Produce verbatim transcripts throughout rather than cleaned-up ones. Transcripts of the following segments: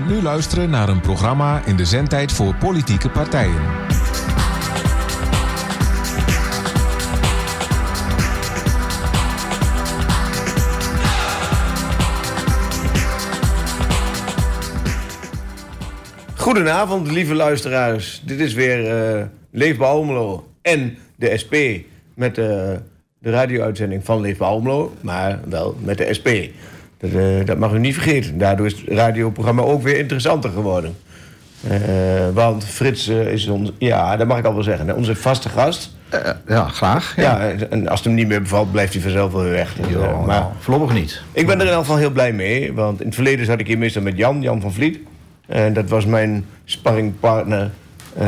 kunt nu luisteren naar een programma in de zendtijd voor politieke partijen. Goedenavond, lieve luisteraars. Dit is weer uh, Leefbaar Almelo en de S P met uh, de radio-uitzending van Leefbaar Almelo, maar wel met de S P. Dat, uh, dat mag u niet vergeten. Daardoor is het radioprogramma ook weer interessanter geworden. Uh, want Frits uh, is ons, ja, dat mag ik al wel zeggen, onze vaste gast. Uh, ja, graag. Ja. ja, en als het hem niet meer bevalt, blijft hij vanzelf wel weer weg. Dus, jo, uh, maar nou, voorlopig niet. Ik ben er in elk geval heel blij mee, want in het verleden zat ik hier meestal met Jan, Jan van Vliet. En dat was mijn sparringpartner. Uh,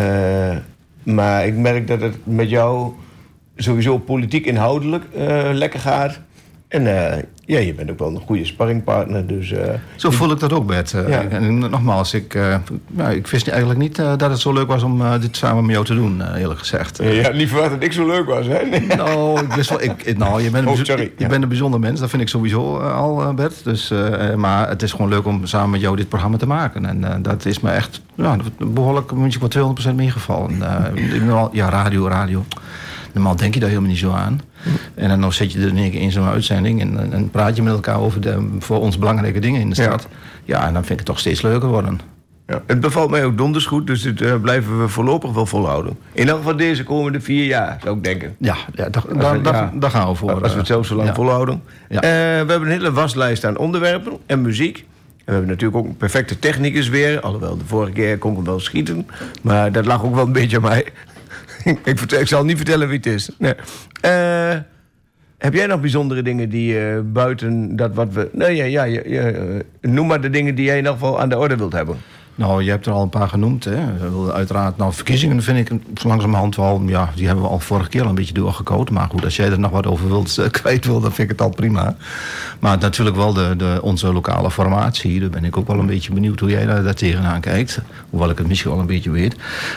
maar ik merk dat het met jou sowieso politiek inhoudelijk uh, lekker gaat. En uh, ja, je bent ook wel een goede sparringpartner. Dus, uh, zo voel ik dat ook, Bert. Uh, ja. En nogmaals, ik, uh, nou, ik wist eigenlijk niet uh, dat het zo leuk was om uh, dit samen met jou te doen, uh, eerlijk gezegd. Uh, ja, niet verwacht dat ik zo leuk was, hè? Nee. Nou, ik wist wel, ik, nou, je bent een, oh, sorry. je ja. bent een bijzonder mens, dat vind ik sowieso uh, al, uh, Bert. Dus, uh, maar het is gewoon leuk om samen met jou dit programma te maken. En uh, dat is me echt ja, behoorlijk, moet je wel tweehonderd procent meegevallen. Uh, ja, radio, radio. Normaal denk je daar helemaal niet zo aan. En dan zet je er in één keer in zo'n uitzending en, en praat je met elkaar over de voor ons belangrijke dingen in de stad. Ja, ja en dan vind ik het toch steeds leuker worden. Ja, het bevalt mij ook donders goed, dus dit uh, blijven we voorlopig wel volhouden. In elk geval deze komende vier jaar, zou ik denken. Ja, ja daar da, da, ja, da gaan we voor. Als we het zelf zo lang ja. volhouden. Ja. Uh, we hebben een hele waslijst aan onderwerpen en muziek. En we hebben natuurlijk ook een perfecte technicus weer. Alhoewel, de vorige keer kon ik hem wel schieten. Maar dat lag ook wel een beetje aan mij. ik, vertel, ik zal niet vertellen wie het is. Nee. Uh, heb jij nog bijzondere dingen die uh, buiten dat wat we... Nee, ja, ja, ja, ja, noem maar de dingen die jij in ieder geval aan de orde wilt hebben. Nou, je hebt er al een paar genoemd. Hè. Uiteraard, nou, verkiezingen vind ik zo langzamerhand wel... Ja, die hebben we al vorige keer al een beetje doorgekoot. Maar goed, als jij er nog wat over wilt, uh, kwijt wil, dan vind ik het al prima. Maar natuurlijk wel de, de, onze lokale formatie. Daar ben ik ook wel een beetje benieuwd hoe jij daar, daar tegenaan kijkt. Hoewel ik het misschien wel een beetje weet.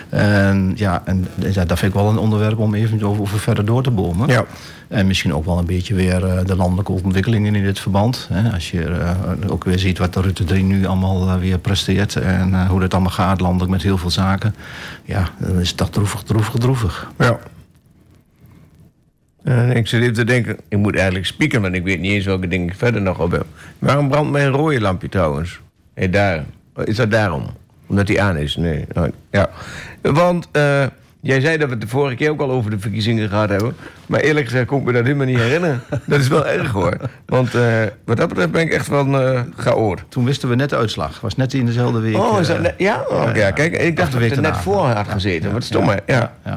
En ja, en ja, dat vind ik wel een onderwerp om even over, over verder door te bomen. Ja. En misschien ook wel een beetje weer uh, de landelijke ontwikkelingen in dit verband. Hè. Als je uh, ook weer ziet wat de Rutte drie nu allemaal uh, weer presteert. En uh, hoe dat allemaal gaat landelijk met heel veel zaken. Ja, dan is het toch droevig, droevig, droevig. Ja. Uh, ik zit even te denken, ik moet eigenlijk spieken, want ik weet niet eens welke dingen ik verder nog op heb. Waarom brandt mijn rode lampje trouwens? Hey, daar. Is dat daarom? Omdat die aan is? Nee. Oh, ja. Want... Uh, jij zei dat we het de vorige keer ook al over de verkiezingen gehad hebben. Maar eerlijk gezegd kon ik me dat helemaal niet herinneren. Dat is wel erg hoor. Want uh, wat dat betreft ben ik echt van uh, chaot. Toen wisten we net de uitslag. Was net in dezelfde week. Oh, is dat net, ja? Oh, ja, ja? Kijk, ik dacht dat het er net voor had gezeten. Ja, wat stom maar. Ja. Ja,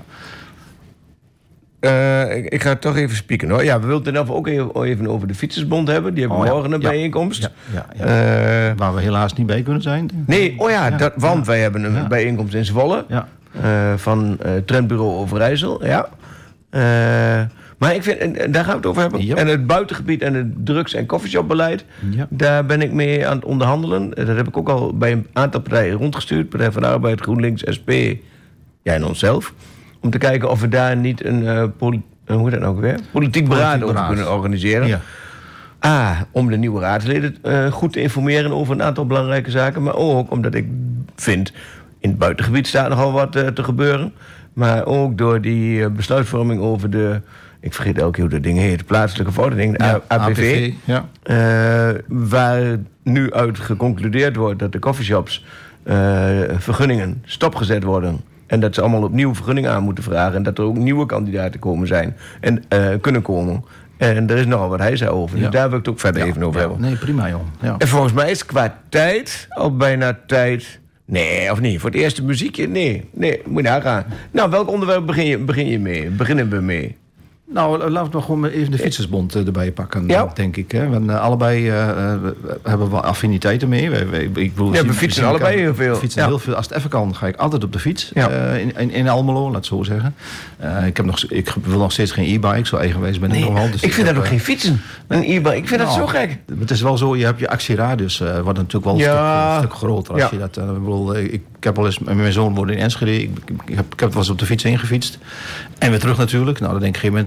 ja. Uh, ik, ik ga toch even spieken hoor. Ja, we wilden het ook even, even over de Fietsersbond hebben. Die hebben oh, morgen ja. een bijeenkomst. Ja, ja, ja. Uh, Waar we helaas niet bij kunnen zijn. Nee, oh ja, dat, want ja. wij hebben een ja. bijeenkomst in Zwolle. Ja. Uh, van uh, Trendbureau Overijssel, ja. Uh, maar ik vind, en daar gaan we het over hebben. Ja. En het buitengebied en het drugs- en coffeeshopbeleid... Ja. daar ben ik mee aan het onderhandelen. Dat heb ik ook al bij een aantal partijen rondgestuurd. Partij van de Arbeid, GroenLinks, S P, ja, en onszelf. Om te kijken of we daar niet een, uh, poli- uh, hoe heet dat nou weer? politiek beraad over kunnen organiseren. Ja. A, om de nieuwe raadsleden uh, goed te informeren over een aantal belangrijke zaken. Maar ook omdat ik vind... in het buitengebied staat nogal wat uh, te gebeuren. Maar ook door die uh, besluitvorming over de... ik vergeet elke keer hoe dat ding heet. De plaatselijke verordening, de ja, A P V. A P V ja. uh, waar nu uit geconcludeerd wordt dat de coffeeshops... Uh, vergunningen stopgezet worden. En dat ze allemaal opnieuw vergunningen aan moeten vragen. En dat er ook nieuwe kandidaten komen zijn. En uh, kunnen komen. En er is nogal wat hij zei over. Ja. Dus daar wil ik het ook verder ja, even over ja. hebben. Nee, prima joh. Ja. En volgens mij is het qua tijd al bijna tijd... Nee, of niet? Voor het eerste muziekje? Nee, nee, moet je nagaan. Nou, welk onderwerp begin je, begin je mee? Beginnen we mee? Nou, laten we gewoon even de Fietsersbond erbij pakken, ja. denk ik. Hè? Want uh, allebei uh, hebben we affiniteiten mee. Wij, wij, ik bedoel, ja, we fietsen we allebei heel veel. We fietsen ja. heel veel. Als het even kan, ga ik altijd op de fiets. Ja. Uh, in, in, in Almelo, laat het zo zeggen. Uh, ik, heb nog, ik wil nog steeds geen e-bike. Zo eigenwijs ben ik nee, nogal. Dus ik vind dat ook geen fietsen. Een e-bike. Ik vind nou, dat zo gek. Het is wel zo, je hebt je actieradius. Uh, wordt natuurlijk wel een, ja. stuk, een stuk groter. Als ja. je dat, uh, ik, bedoel, ik, ik heb wel eens, mijn zoon woont in Enschede. Ik, ik, heb, ik heb wel eens op de fiets ingefietst. En weer terug natuurlijk. Nou, dan denk ik op een gegeven moment...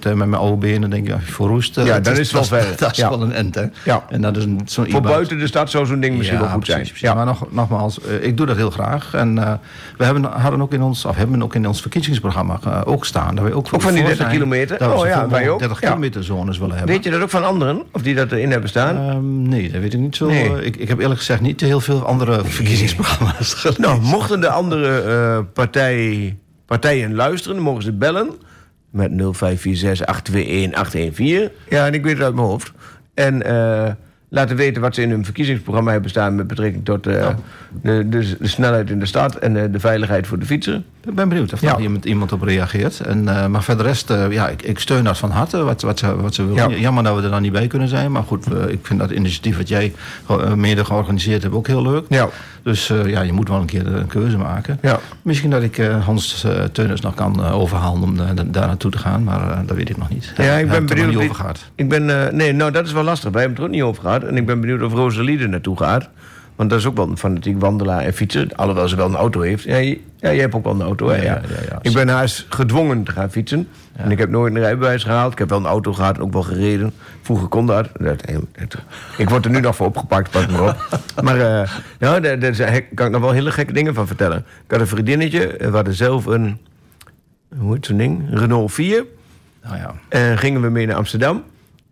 met mijn oude benen, denk ik, voor roest. Ja, dat, dat is wel ver. Dat is ja. wel een end, hè. Ja. En dat is een, zo'n voor buiten de stad zou zo'n ding misschien ja, wel goed precies, zijn. Precies. Ja. Maar nog, nogmaals, uh, ik doe dat heel graag. En uh, we hebben, hadden ook in ons, of hebben ook in ons verkiezingsprogramma uh, ook staan. Dat we ook, ook van die dertig kilometer? Dat oh we ja, wij ook. dertig ja. kilometer zones willen hebben. Weet je dat ook van anderen? Of die dat erin hebben staan? Uh, nee, dat weet ik niet zo. Nee. Uh, ik, ik heb eerlijk gezegd niet heel veel andere verkiezingsprogramma's gelezen. Nou, mochten de andere uh, partij, partijen luisteren, dan mogen ze bellen met nul vijf vier zes acht twee een acht een vier. Ja, en ik weet het uit mijn hoofd. En uh, laten weten wat ze in hun verkiezingsprogramma hebben staan met betrekking tot uh, ja. de, de, de snelheid in de stad en uh, de veiligheid voor de fietser. Ik ben benieuwd of daar ja. iemand, iemand op reageert. En, uh, maar voor de rest, uh, ja, ik, ik steun dat van harte, wat, wat, ze, wat ze willen. Ja. Jammer dat we er dan niet bij kunnen zijn. Maar goed, uh, ik vind dat initiatief wat jij uh, mede georganiseerd hebt ook heel leuk. Ja. Dus uh, ja, je moet wel een keer een keuze maken. Ja. Misschien dat ik uh, Hans uh, Teunens nog kan uh, overhalen om uh, daar naartoe te gaan. Maar uh, dat weet ik nog niet. Ja, daar ik ben benieuwd. Niet over gehad. Ik ben, uh, nee, nou dat is wel lastig. Wij hebben het er ook niet over gehad. En ik ben benieuwd of Rosalie er naartoe gaat. Want dat is ook wel een fanatiek wandelaar en fietser. Alhoewel ze wel een auto heeft. Ja, je, ja, jij hebt ook wel een auto. Hè? Ja, ja, ja, ja. Ik ben haast gedwongen te gaan fietsen. Ja. En ik heb nooit een rijbewijs gehaald. Ik heb wel een auto gehad en ook wel gereden. Vroeger kon dat. dat, dat ik word er nu nog voor opgepakt, pas maar op. Maar uh, nou, daar, daar kan ik nog wel hele gekke dingen van vertellen. Ik had een vriendinnetje. We hadden zelf een... Hoe heet zo'n ding? Renault vier. Oh ja. En gingen we mee naar Amsterdam.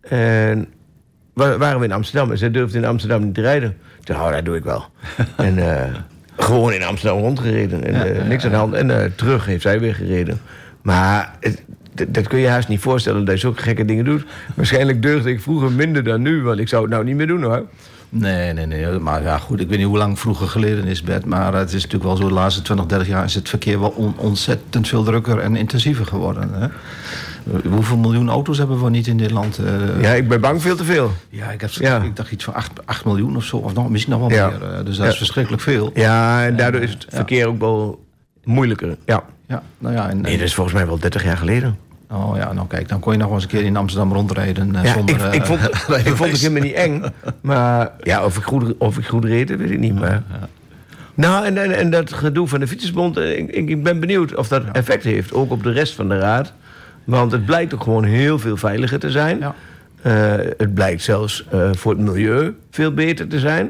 En waren we in Amsterdam. En zij durfde in Amsterdam niet te rijden. Toen, nou, dat doe ik wel. en uh, gewoon in Amsterdam rondgereden. En uh, niks aan de hand. En uh, terug heeft zij weer gereden. Maar het, d- dat kun je haast niet voorstellen dat je zulke gekke dingen doet. Waarschijnlijk durfde ik vroeger minder dan nu. Want ik zou het nou niet meer doen, hoor. Nee, nee, nee. Maar ja, goed, ik weet niet hoe lang vroeger geleden is, Bert. Maar het is natuurlijk wel zo, de laatste twintig, dertig jaar is het verkeer wel on- ontzettend veel drukker en intensiever geworden. Hè? Hoeveel miljoen auto's hebben we niet in dit land? Uh, ja, ik ben bang veel te veel. Ja, ik, heb, ja. ik dacht iets van acht miljoen of zo. Of nog, misschien nog wel ja. meer. Uh, dus dat ja. is verschrikkelijk veel. Ja, en daardoor is het verkeer ja. ook wel moeilijker. Ja. Ja, nou ja, en, nee, dat is volgens mij wel dertig jaar geleden. Oh ja, nou kijk, dan kon je nog wel eens een keer in Amsterdam rondrijden. Uh, ja, zonder, ik, ik, vond, uh, ik vond het helemaal niet eng. Maar ja, of ik goed, of ik goed reed, weet ik niet. Maar... Ja, ja. Nou, en, en, en dat gedoe van de Fietsersbond, ik, ik ben benieuwd of dat ja. effect heeft. Ook op de rest van de raad. Want het blijkt ook gewoon heel veel veiliger te zijn. Ja. Uh, het blijkt zelfs uh, voor het milieu veel beter te zijn.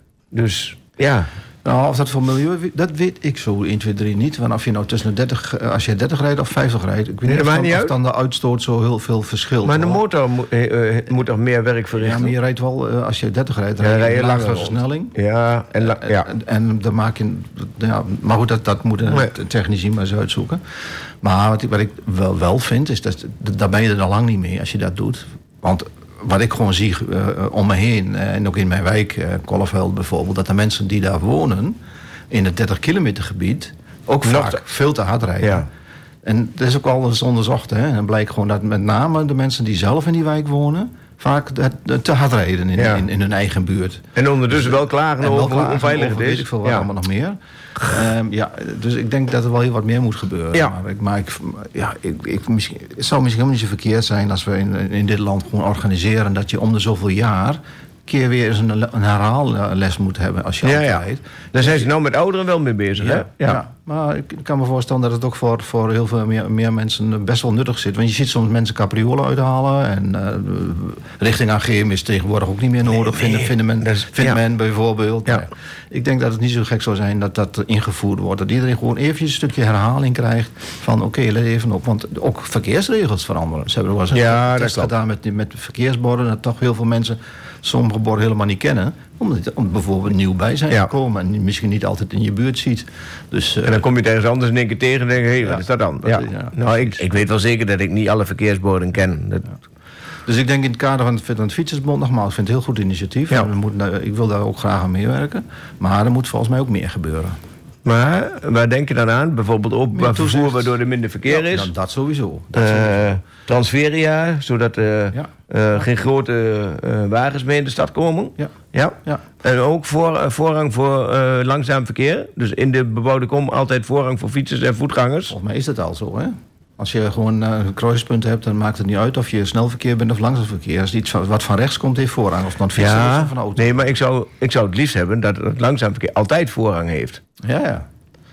Dus ja... Nou, of dat voor milieu, dat weet ik zo één, twee, drie niet. Want of je nou tussen de dertig, als je dertig rijdt of vijftig rijdt, ik weet nee, niet, of, dan, niet of dan de uitstoot zo heel veel verschilt. Maar de motor mo- uh, moet toch meer werk verrichten? Ja, maar je rijdt wel, uh, als je dertig rijdt, dan ja, rij je langere versnelling. Ja, en, la- ja. en, en dan maak je, ja, maar goed, dat, dat moeten nee. technici maar eens uitzoeken. Maar wat ik, wat ik wel, wel vind, is dat daar ben je er al lang niet mee als je dat doet. Want wat ik gewoon zie uh, om me heen, uh, en ook in mijn wijk, uh, Kolleveld bijvoorbeeld, dat de mensen die daar wonen, in het dertig kilometer gebied, ook vaak te, veel te hard rijden. Ja. En dat is ook al eens onderzocht. Hè? En dan blijkt gewoon dat met name de mensen die zelf in die wijk wonen, vaak te hard rijden in, ja. in, in hun eigen buurt. En ondertussen dus, wel klagen over klagen hoe onveilig het is. Weet ik veel wat ja. allemaal nog meer. Um, ja, dus ik denk dat er wel heel wat meer moet gebeuren. Ja. Maar, ik, maar ik, ja, ik, ik, misschien, het zou misschien helemaal niet zo verkeerd zijn als we in, in dit land gewoon organiseren dat je om de zoveel jaar keer weer eens een, een herhaalles moet hebben als je ja, altijd ja. rijdt. Daar zijn ze nou met ouderen wel mee bezig, ja, hè? Ja. ja, maar ik kan me voorstellen dat het ook voor, voor heel veel meer, meer mensen best wel nuttig zit. Want je ziet soms mensen capriolen uithalen. En uh, richting A G M is tegenwoordig ook niet meer nodig, nee, nee. vinden, vinden men, is, vindt ja. men bijvoorbeeld. Ja. Ik denk dat het niet zo gek zou zijn dat dat ingevoerd wordt. Dat iedereen gewoon eventjes een stukje herhaling krijgt van oké, okay, let even op. Want ook verkeersregels veranderen. Ze hebben er wel eens ja, een test gedaan met, met verkeersborden. Dat toch heel veel mensen sommige borden helemaal niet kennen. Omdat om bijvoorbeeld nieuw bij zijn ja. gekomen. En misschien niet altijd in je buurt ziet. Dus, uh, en dan kom je het ergens anders in één keer tegen en denk je, hé, hey, wat ja. is dat dan? Ja. Ja. Nou, ik, ik weet wel zeker dat ik niet alle verkeersborden ken. Dat... Ja. Dus ik denk in het kader van het, van het Fietsersbond, nogmaals, ik vind het een heel goed initiatief. Ja. En moet, ik wil daar ook graag aan meewerken. Maar er moet volgens mij ook meer gebeuren. Maar waar denk je dan aan? Bijvoorbeeld openbaar vervoer waardoor er minder verkeer ja, is? Ja, dat sowieso. Dat uh, sowieso. Transferia, zodat uh, ja. uh, geen grote uh, wagens mee in de stad komen. Ja. Ja? Ja. En ook voor, uh, voorrang voor uh, langzaam verkeer. Dus in de bebouwde kom altijd voorrang voor fietsers en voetgangers. Volgens mij is dat al zo, hè? Als je gewoon uh, een kruispunt hebt, dan maakt het niet uit of je snel verkeer bent of langzaam verkeer. Als iets wat van rechts komt, heeft voorrang. Of dan fietsen ja, of van auto. Nee, maar ik zou, ik zou het liefst hebben dat het langzaam verkeer altijd voorrang heeft. Ja, ja.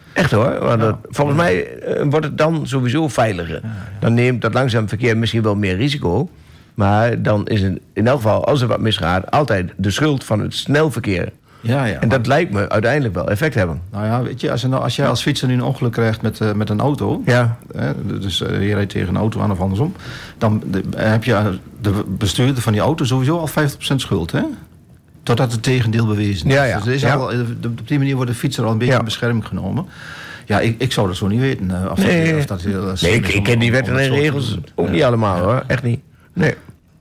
Echt hoor. Want dat, volgens mij uh, wordt het dan sowieso veiliger. Ja, ja. Dan neemt dat langzaam verkeer misschien wel meer risico. Maar dan is het in elk geval, als er wat misgaat, altijd de schuld van het snelverkeer. Ja, ja, en dat maar... lijkt me uiteindelijk wel effect hebben. Nou ja, weet je, als, je nou, als jij als fietser nu een ongeluk krijgt met, uh, met een auto... Ja. Hè, dus uh, je rijdt tegen een auto aan of andersom... dan de, heb je de bestuurder van die auto sowieso al vijftig procent schuld, hè? Totdat het tegendeel bewezen is. Ja, ja. Dus er is ja. al, op die manier wordt de fietser al een beetje ja. in bescherming genomen. Ja, ik, ik zou dat zo niet weten. Uh, of nee, dat, of dat heel, uh, nee ik, ik ken die wetten en regels ook ja. niet allemaal, ja. hoor. Echt niet. Nee.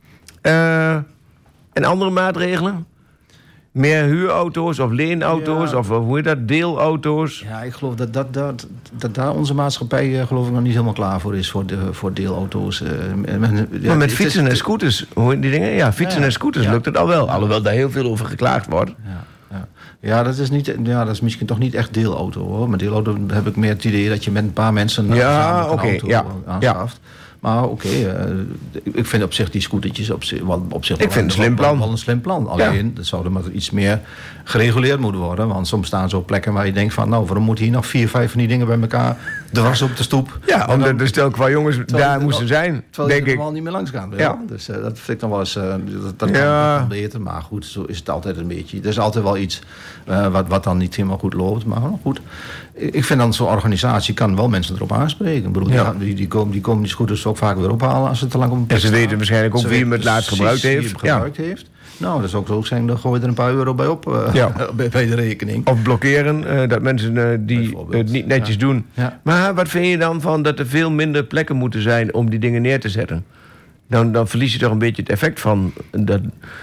Uh, en andere maatregelen? Meer huurauto's of leenauto's ja. of hoe heet dat, deelauto's? Ja, ik geloof dat, dat, dat, dat daar onze maatschappij uh, geloof ik nog niet helemaal klaar voor is voor, de, voor deelauto's. Uh, men, ja, maar met fietsen is, en scooters, hoe die dingen? Ja, fietsen ja, en scooters ja. lukt het al wel. Alhoewel daar heel veel over geklaagd wordt. Ja, ja. ja, dat, is niet, ja dat is misschien toch niet echt deelauto hoor. Met deelauto heb ik meer het idee dat je met een paar mensen ja, een okay, auto ja, aanschaft. Ja. Maar oké, okay, uh, ik vind op zich die scootertjes op zich, wel, op zich ik wel, vind een slim plan. wel een slim plan. Alleen, ja. dat zou er maar iets meer gereguleerd moeten worden. Want soms staan zo plekken waar je denkt van... nou, waarom moeten hier nog vier, vijf van die dingen bij elkaar dwars op de stoep? Ja, omdat dan, er stel qua jongens daar moesten wel, zijn, terwijl denk je er ik. wel niet meer langs gaan. Ja. Dus uh, dat vind ik dan wel eens... Uh, dat dat ja. kan beter, maar goed, zo is het altijd een beetje. Er is altijd wel iets uh, wat, wat dan niet helemaal goed loopt. Maar nou, goed, ik vind dan zo'n organisatie kan wel mensen erop aanspreken. Ik bedoel, ja. die, die, komen, die komen die scooters ook vaak weer ophalen als ze te lang op een plek staan. En ze weten waarschijnlijk ook wie hem het laatst gebruikt heeft. gebruikt ja. heeft. Nou, dat zou ook zo zijn, dan gooi je er een paar euro bij op, uh, ja. bij, bij de rekening. Of blokkeren, uh, dat mensen uh, die het niet netjes ja. doen. Ja. Maar wat vind je dan van dat er veel minder plekken moeten zijn om die dingen neer te zetten? Dan, dan verlies je toch een beetje het effect van... Dat,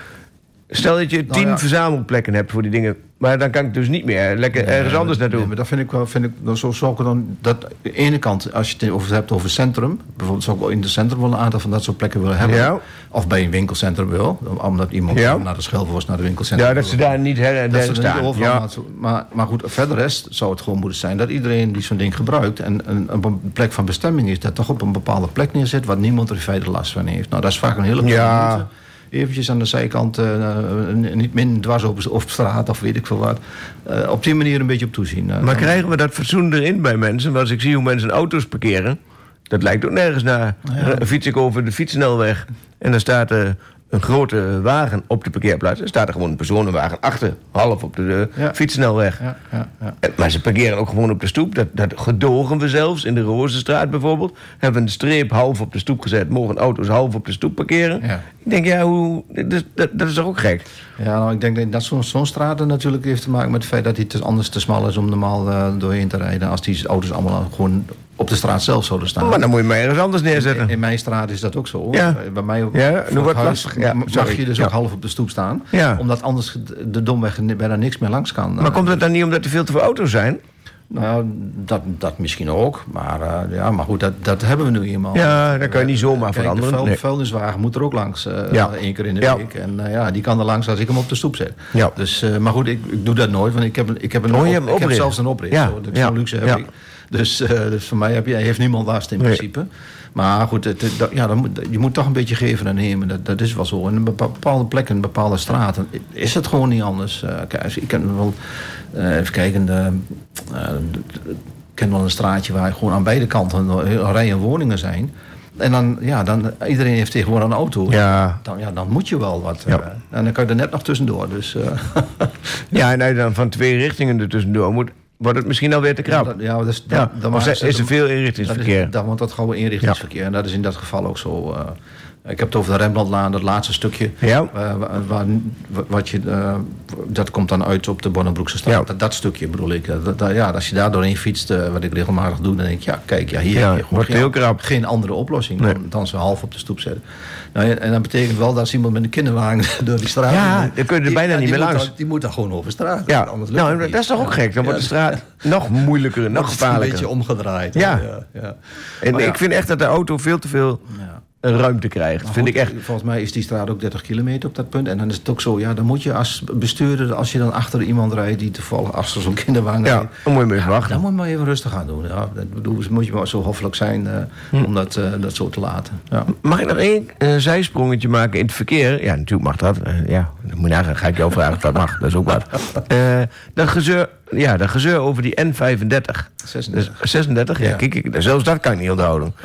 stel dat je tien nou ja. verzamelplekken hebt voor die dingen... maar dan kan ik dus niet meer lekker nee, ergens anders naartoe. Nee, maar dat vind ik wel... Vind ik, dan zo zou ik dan... Dat, aan de ene kant, als je het over hebt over centrum... bijvoorbeeld zou ik wel in het centrum wel een aantal van dat soort plekken willen hebben. Ja. Of bij een winkelcentrum wel. Omdat iemand ja. naar de Schelvenvorst naar de winkelcentrum... Ja, dat ze daar niet her, dat her staan. Niet ja. maar, maar goed, verder rest zou het gewoon moeten zijn... dat iedereen die zo'n ding gebruikt... en een, een plek van bestemming is... dat toch op een bepaalde plek neerzet... waar niemand er in feite last van heeft. Nou, dat is vaak een hele kleine ja. moeite. Eventjes aan de zijkant, uh, niet min dwars op, op straat of weet ik veel wat. Uh, op die manier een beetje op toezien. Uh, maar krijgen we dat fatsoen erin bij mensen? Want als ik zie hoe mensen auto's parkeren... dat lijkt ook nergens naar. Ja. Dan fiets ik over de fietssnelweg... en dan staat er uh, een grote wagen op de parkeerplaats. Er staat er gewoon een personenwagen achter, half op de uh, ja. fietssnelweg. Ja, ja, ja. En, maar ze parkeren ook gewoon op de stoep. Dat, dat gedogen we zelfs. In de Rozenstraat bijvoorbeeld. Hebben we een streep half op de stoep gezet. Mogen auto's half op de stoep parkeren. Ja. Ik denk, ja, hoe, dat, dat, dat is toch ook gek? Ja, nou, ik denk dat zo'n, zo'n straat er natuurlijk heeft te maken met het feit... dat hij te, anders te smal is om normaal uh, doorheen te rijden... als die auto's allemaal gewoon... op de straat zelf zouden staan. Maar dan moet je maar ergens anders neerzetten. In, in mijn straat is dat ook zo. Ja. Bij mij op ja, nu wordt huis lastig. Ja, mag je dus ja. ook half op de stoep staan. Ja. Omdat anders de domweg bijna niks meer langs kan. Maar komt het dan niet omdat er veel te veel auto's zijn? Nou, dat, dat misschien ook. Maar, uh, ja, maar goed, dat, dat hebben we nu eenmaal. Ja, dat kan je niet zomaar Kijk, veranderen. De vuil, nee. vuilniswagen moet er ook langs. Uh, ja. één keer in de ja. week. En uh, ja, die kan er langs als ik hem op de stoep zet. Ja. Dus, uh, maar goed, ik, ik doe dat nooit. Want ik heb, ik heb, een, oh, op, je ik heb zelfs een oprit. Ja. Zo'n ja. luxe heb ja. ik. Dus, uh, dus voor mij heb je, heeft niemand last in principe. Nee. Maar goed, het, het, ja, dan moet, je moet toch een beetje geven en nemen. Dat, dat is wel zo. In bepaalde plekken, bepaalde straten is het gewoon niet anders. Uh, kijk, ik ken wel... Uh, even kijken... Uh, uh, ik ken wel een straatje waar gewoon aan beide kanten een rijen woningen zijn. En dan, ja, dan, iedereen heeft tegenwoordig een auto. Ja. Dan, ja, dan moet je wel wat. Ja. Uh, en dan kan je er net nog tussendoor. Dus, uh, ja, en als je dan van twee richtingen er tussendoor moet... wordt het misschien alweer te krap. Ja, dat, ja, dus, ja. Dan, dan is, is er veel inrichtingsverkeer. Dat is, dan wordt dat gewoon inrichtingsverkeer. Ja. En dat is in dat geval ook zo... Uh, ik heb het over de Rembrandtlaan, dat laatste stukje. Ja. Uh, waar, waar, wat je, uh, dat komt dan uit op de Bonnebroekse straat. Ja. Dat, dat stukje bedoel ik. Dat, dat, ja, als je daar doorheen fietst, uh, wat ik regelmatig doe... dan denk ik, ja, kijk, ja, hier ja, heb je gewoon geen, heel krap. geen andere oplossing... Nee. Dan, dan zo half op de stoep zetten. Nou, en dat betekent wel dat als iemand met een kinderwagen door die straat... Ja, dan kun je er bijna die, niet ja, meer langs. Dan, die moet dan gewoon over straat. Ja. Anders lukt nou, dat is toch ook gek? Dan wordt de straat nog moeilijker, nog gevaarlijker. Een beetje omgedraaid. Ja. ja, ja. En maar ik ja. vind echt dat de auto veel te veel... Ja. ruimte krijgt, maar vind goed, ik echt. Volgens mij is die straat ook dertig kilometer op dat punt. En dan is het ook zo, ja, dan moet je als bestuurder... als je dan achter iemand rijdt die toevallig achter zo'n kinderwagen ja, rijdt... dan moet je maar even ja, wachten. Dan moet je maar even rustig gaan doen. Ja, dat bedoel, moet je maar zo hoffelijk zijn uh, hm. om dat, uh, dat zo te laten. Ja. Mag ik nog één uh, zijsprongetje maken in het verkeer? Ja, natuurlijk mag dat. Uh, ja, Dan moet je nagaan, ga ik jou vragen of dat mag. Dat is ook wat. Uh, dat gezeur, ja, dat gezeur over die N vijfendertig. zesendertig. Dus, zesendertig, ja. ja. Kijk, kijk, zelfs dat kan ik niet onthouden.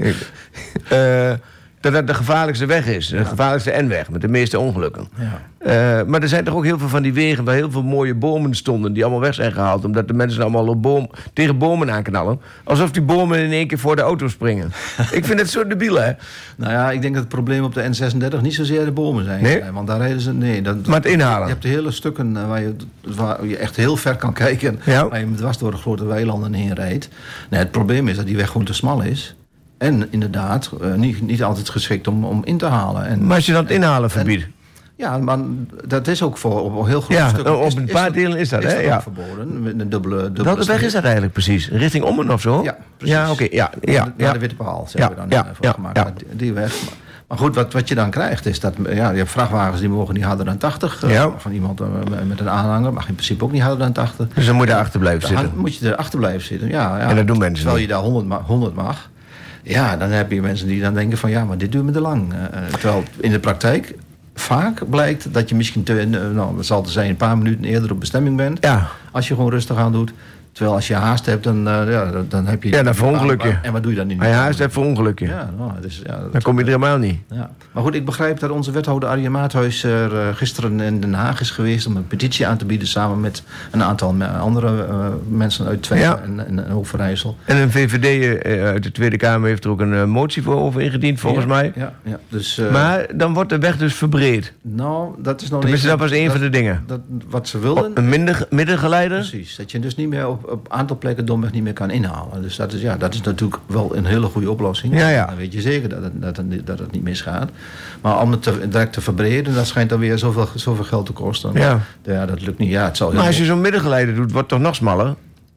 uh, dat dat de gevaarlijkste weg is. De gevaarlijkste N-weg, met de meeste ongelukken. Ja. Uh, maar er zijn toch ook heel veel van die wegen waar heel veel mooie bomen stonden, die allemaal weg zijn gehaald, omdat de mensen allemaal op boom, tegen bomen aanknallen. Alsof die bomen in één keer voor de auto springen. Ik vind het zo debiel, hè? Nou ja, ik denk dat het probleem op de N zesendertig niet zozeer de bomen zijn. Nee? Want daar rijden ze... Nee, dat, maar het inhalen. Je hebt hele stukken waar je, waar je echt heel ver kan kijken, ja. waar je dwars door de grote weilanden heen rijdt. Nee, het probleem is dat die weg gewoon te smal is. En inderdaad, uh, niet, niet altijd geschikt om, om in te halen. En, maar als je dan het inhalen verbiedt? Ja, maar dat is ook voor op heel grote ja, stukken. Op een paar is, delen is dat, is hè? dat ja. verboden. Met een dubbele, dubbele welke weg is dat eigenlijk precies? Richting Ommen of zo? Ja, precies. Ja, oké. Okay, ja, ja, naar ja. de Witte Paal, ja, hebben we dan ja, voor ja, gemaakt. Ja. Die weg. Maar goed, wat, wat je dan krijgt is dat... Ja, je hebt vrachtwagens die mogen niet harder dan tachtig. Ja. Uh, van iemand uh, met een aanhanger mag in principe ook niet harder dan tachtig. Dus dan moet je daar achter blijven dan zitten? moet je erachter blijven zitten, ja. ja. En dat doen mensen Terwijl niet. je daar honderd, honderd mag. Ja, dan heb je mensen die dan denken van... Ja, maar dit duurt me te lang. Uh, terwijl in de praktijk... Vaak blijkt dat je misschien, te, nou, dat zal te zijn, een paar minuten eerder op bestemming bent. Ja. Als je gewoon rustig aan doet. Terwijl als je haast hebt, dan, uh, ja, dan heb je... Ja, dan verongeluk je. En wat doe je dan niet? Als je haast hebt, verongeluk je. Ja, nou, dus, ja, dan kom je er helemaal niet. Ja. Maar goed, ik begrijp dat onze wethouder Arjen Maathuis uh, gisteren in Den Haag is geweest om een petitie aan te bieden samen met een aantal andere uh, mensen uit Twente ja. en, en, en Overijssel. En een V V D uh, uit de Tweede Kamer heeft er ook een uh, motie voor over ingediend, volgens ja, mij. Ja, ja. Dus, uh, maar dan wordt de weg dus verbreed. Nou, dat is nog Tenminste, dat was een van de dingen. Dat, wat ze wilden. Een minder, middengeleider? Precies, dat je dus niet meer op een aantal plekken domweg niet meer kan inhalen. Dus dat is, ja, dat is natuurlijk wel een hele goede oplossing. Ja, ja. Dan weet je zeker dat het, dat, het, dat het niet misgaat. Maar om het te, direct te verbreden, dat schijnt dan weer zoveel, zoveel geld te kosten. Ja. Ja, dat lukt niet. Ja, het zal maar als je zo'n middengeleider doet, wordt het toch nog smaller?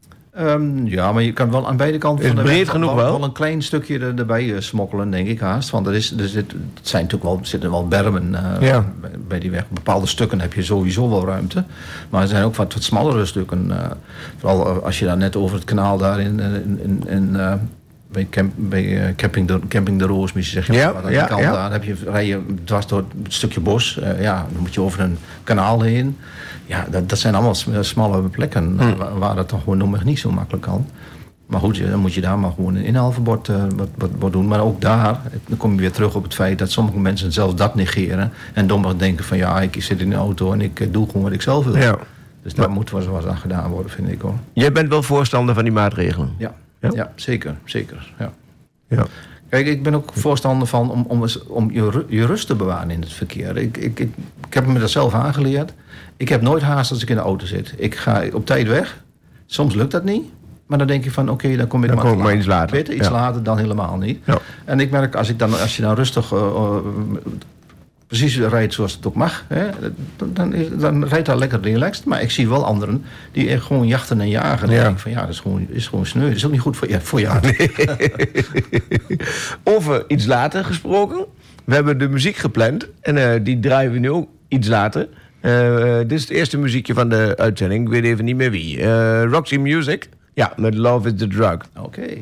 Um, ja, maar je kan wel aan beide kanten is van de breed weg genoeg wel, wel? wel een klein stukje er, erbij uh, smokkelen, denk ik haast. Want er, is, er, zit, er zijn natuurlijk wel, zitten wel bermen uh, ja. bij, bij die weg. Op bepaalde stukken heb je sowieso wel ruimte. Maar er zijn ook wat, wat smallere stukken. Uh, vooral uh, als je daar net over het kanaal daar in, in, in, in uh, bij, camp, bij uh, camping, de, camping de Roos, misschien zeg je ja, maar, aan ja, die kant ja. daar heb je, rij je dwars door het stukje bos. Uh, ja, dan moet je over een kanaal heen. Ja, dat, dat zijn allemaal smalle plekken hmm. waar, waar dat toch gewoon nog niet zo makkelijk kan. Maar goed, dan moet je daar maar gewoon een inhaalverbod uh, wat, wat, wat doen. Maar ook daar, dan kom je weer terug op het feit dat sommige mensen zelfs dat negeren. En domweg denken van ja, ik zit in de auto en ik doe gewoon wat ik zelf wil. Ja. Dus daar moet wel eens aan gedaan worden, vind ik hoor. Jij bent wel voorstander van die maatregelen? Ja, ja? ja zeker, zeker. Ja. Ja. Kijk, ik ben ook voorstander van om, om, om je, je rust te bewaren in het verkeer. Ik, ik, ik, ik heb me dat zelf aangeleerd. Ik heb nooit haast als ik in de auto zit. Ik ga op tijd weg. Soms lukt dat niet. Maar dan denk je van, oké, okay, dan kom je dan er maar, maar iets later. Beter iets ja. later dan helemaal niet. Ja. En ik merk, als, ik dan, als je dan rustig... Uh, uh, precies rijdt zoals het ook mag... Hè, dan, is, dan rijdt dat lekker relaxed. Maar ik zie wel anderen die echt gewoon jachten en jagen. En ja. dan denk ik van, ja, dat is gewoon, is gewoon sneu. Dat is ook niet goed voor, ja, voor jou. Nee. Over iets later gesproken. We hebben de muziek gepland. En uh, die draaien we nu ook iets later... Uh, dit is het eerste muziekje van de uitzending. Ik weet even niet meer wie. Uh, Roxy Music. Ja, met Love is the Drug. Oké. Okay.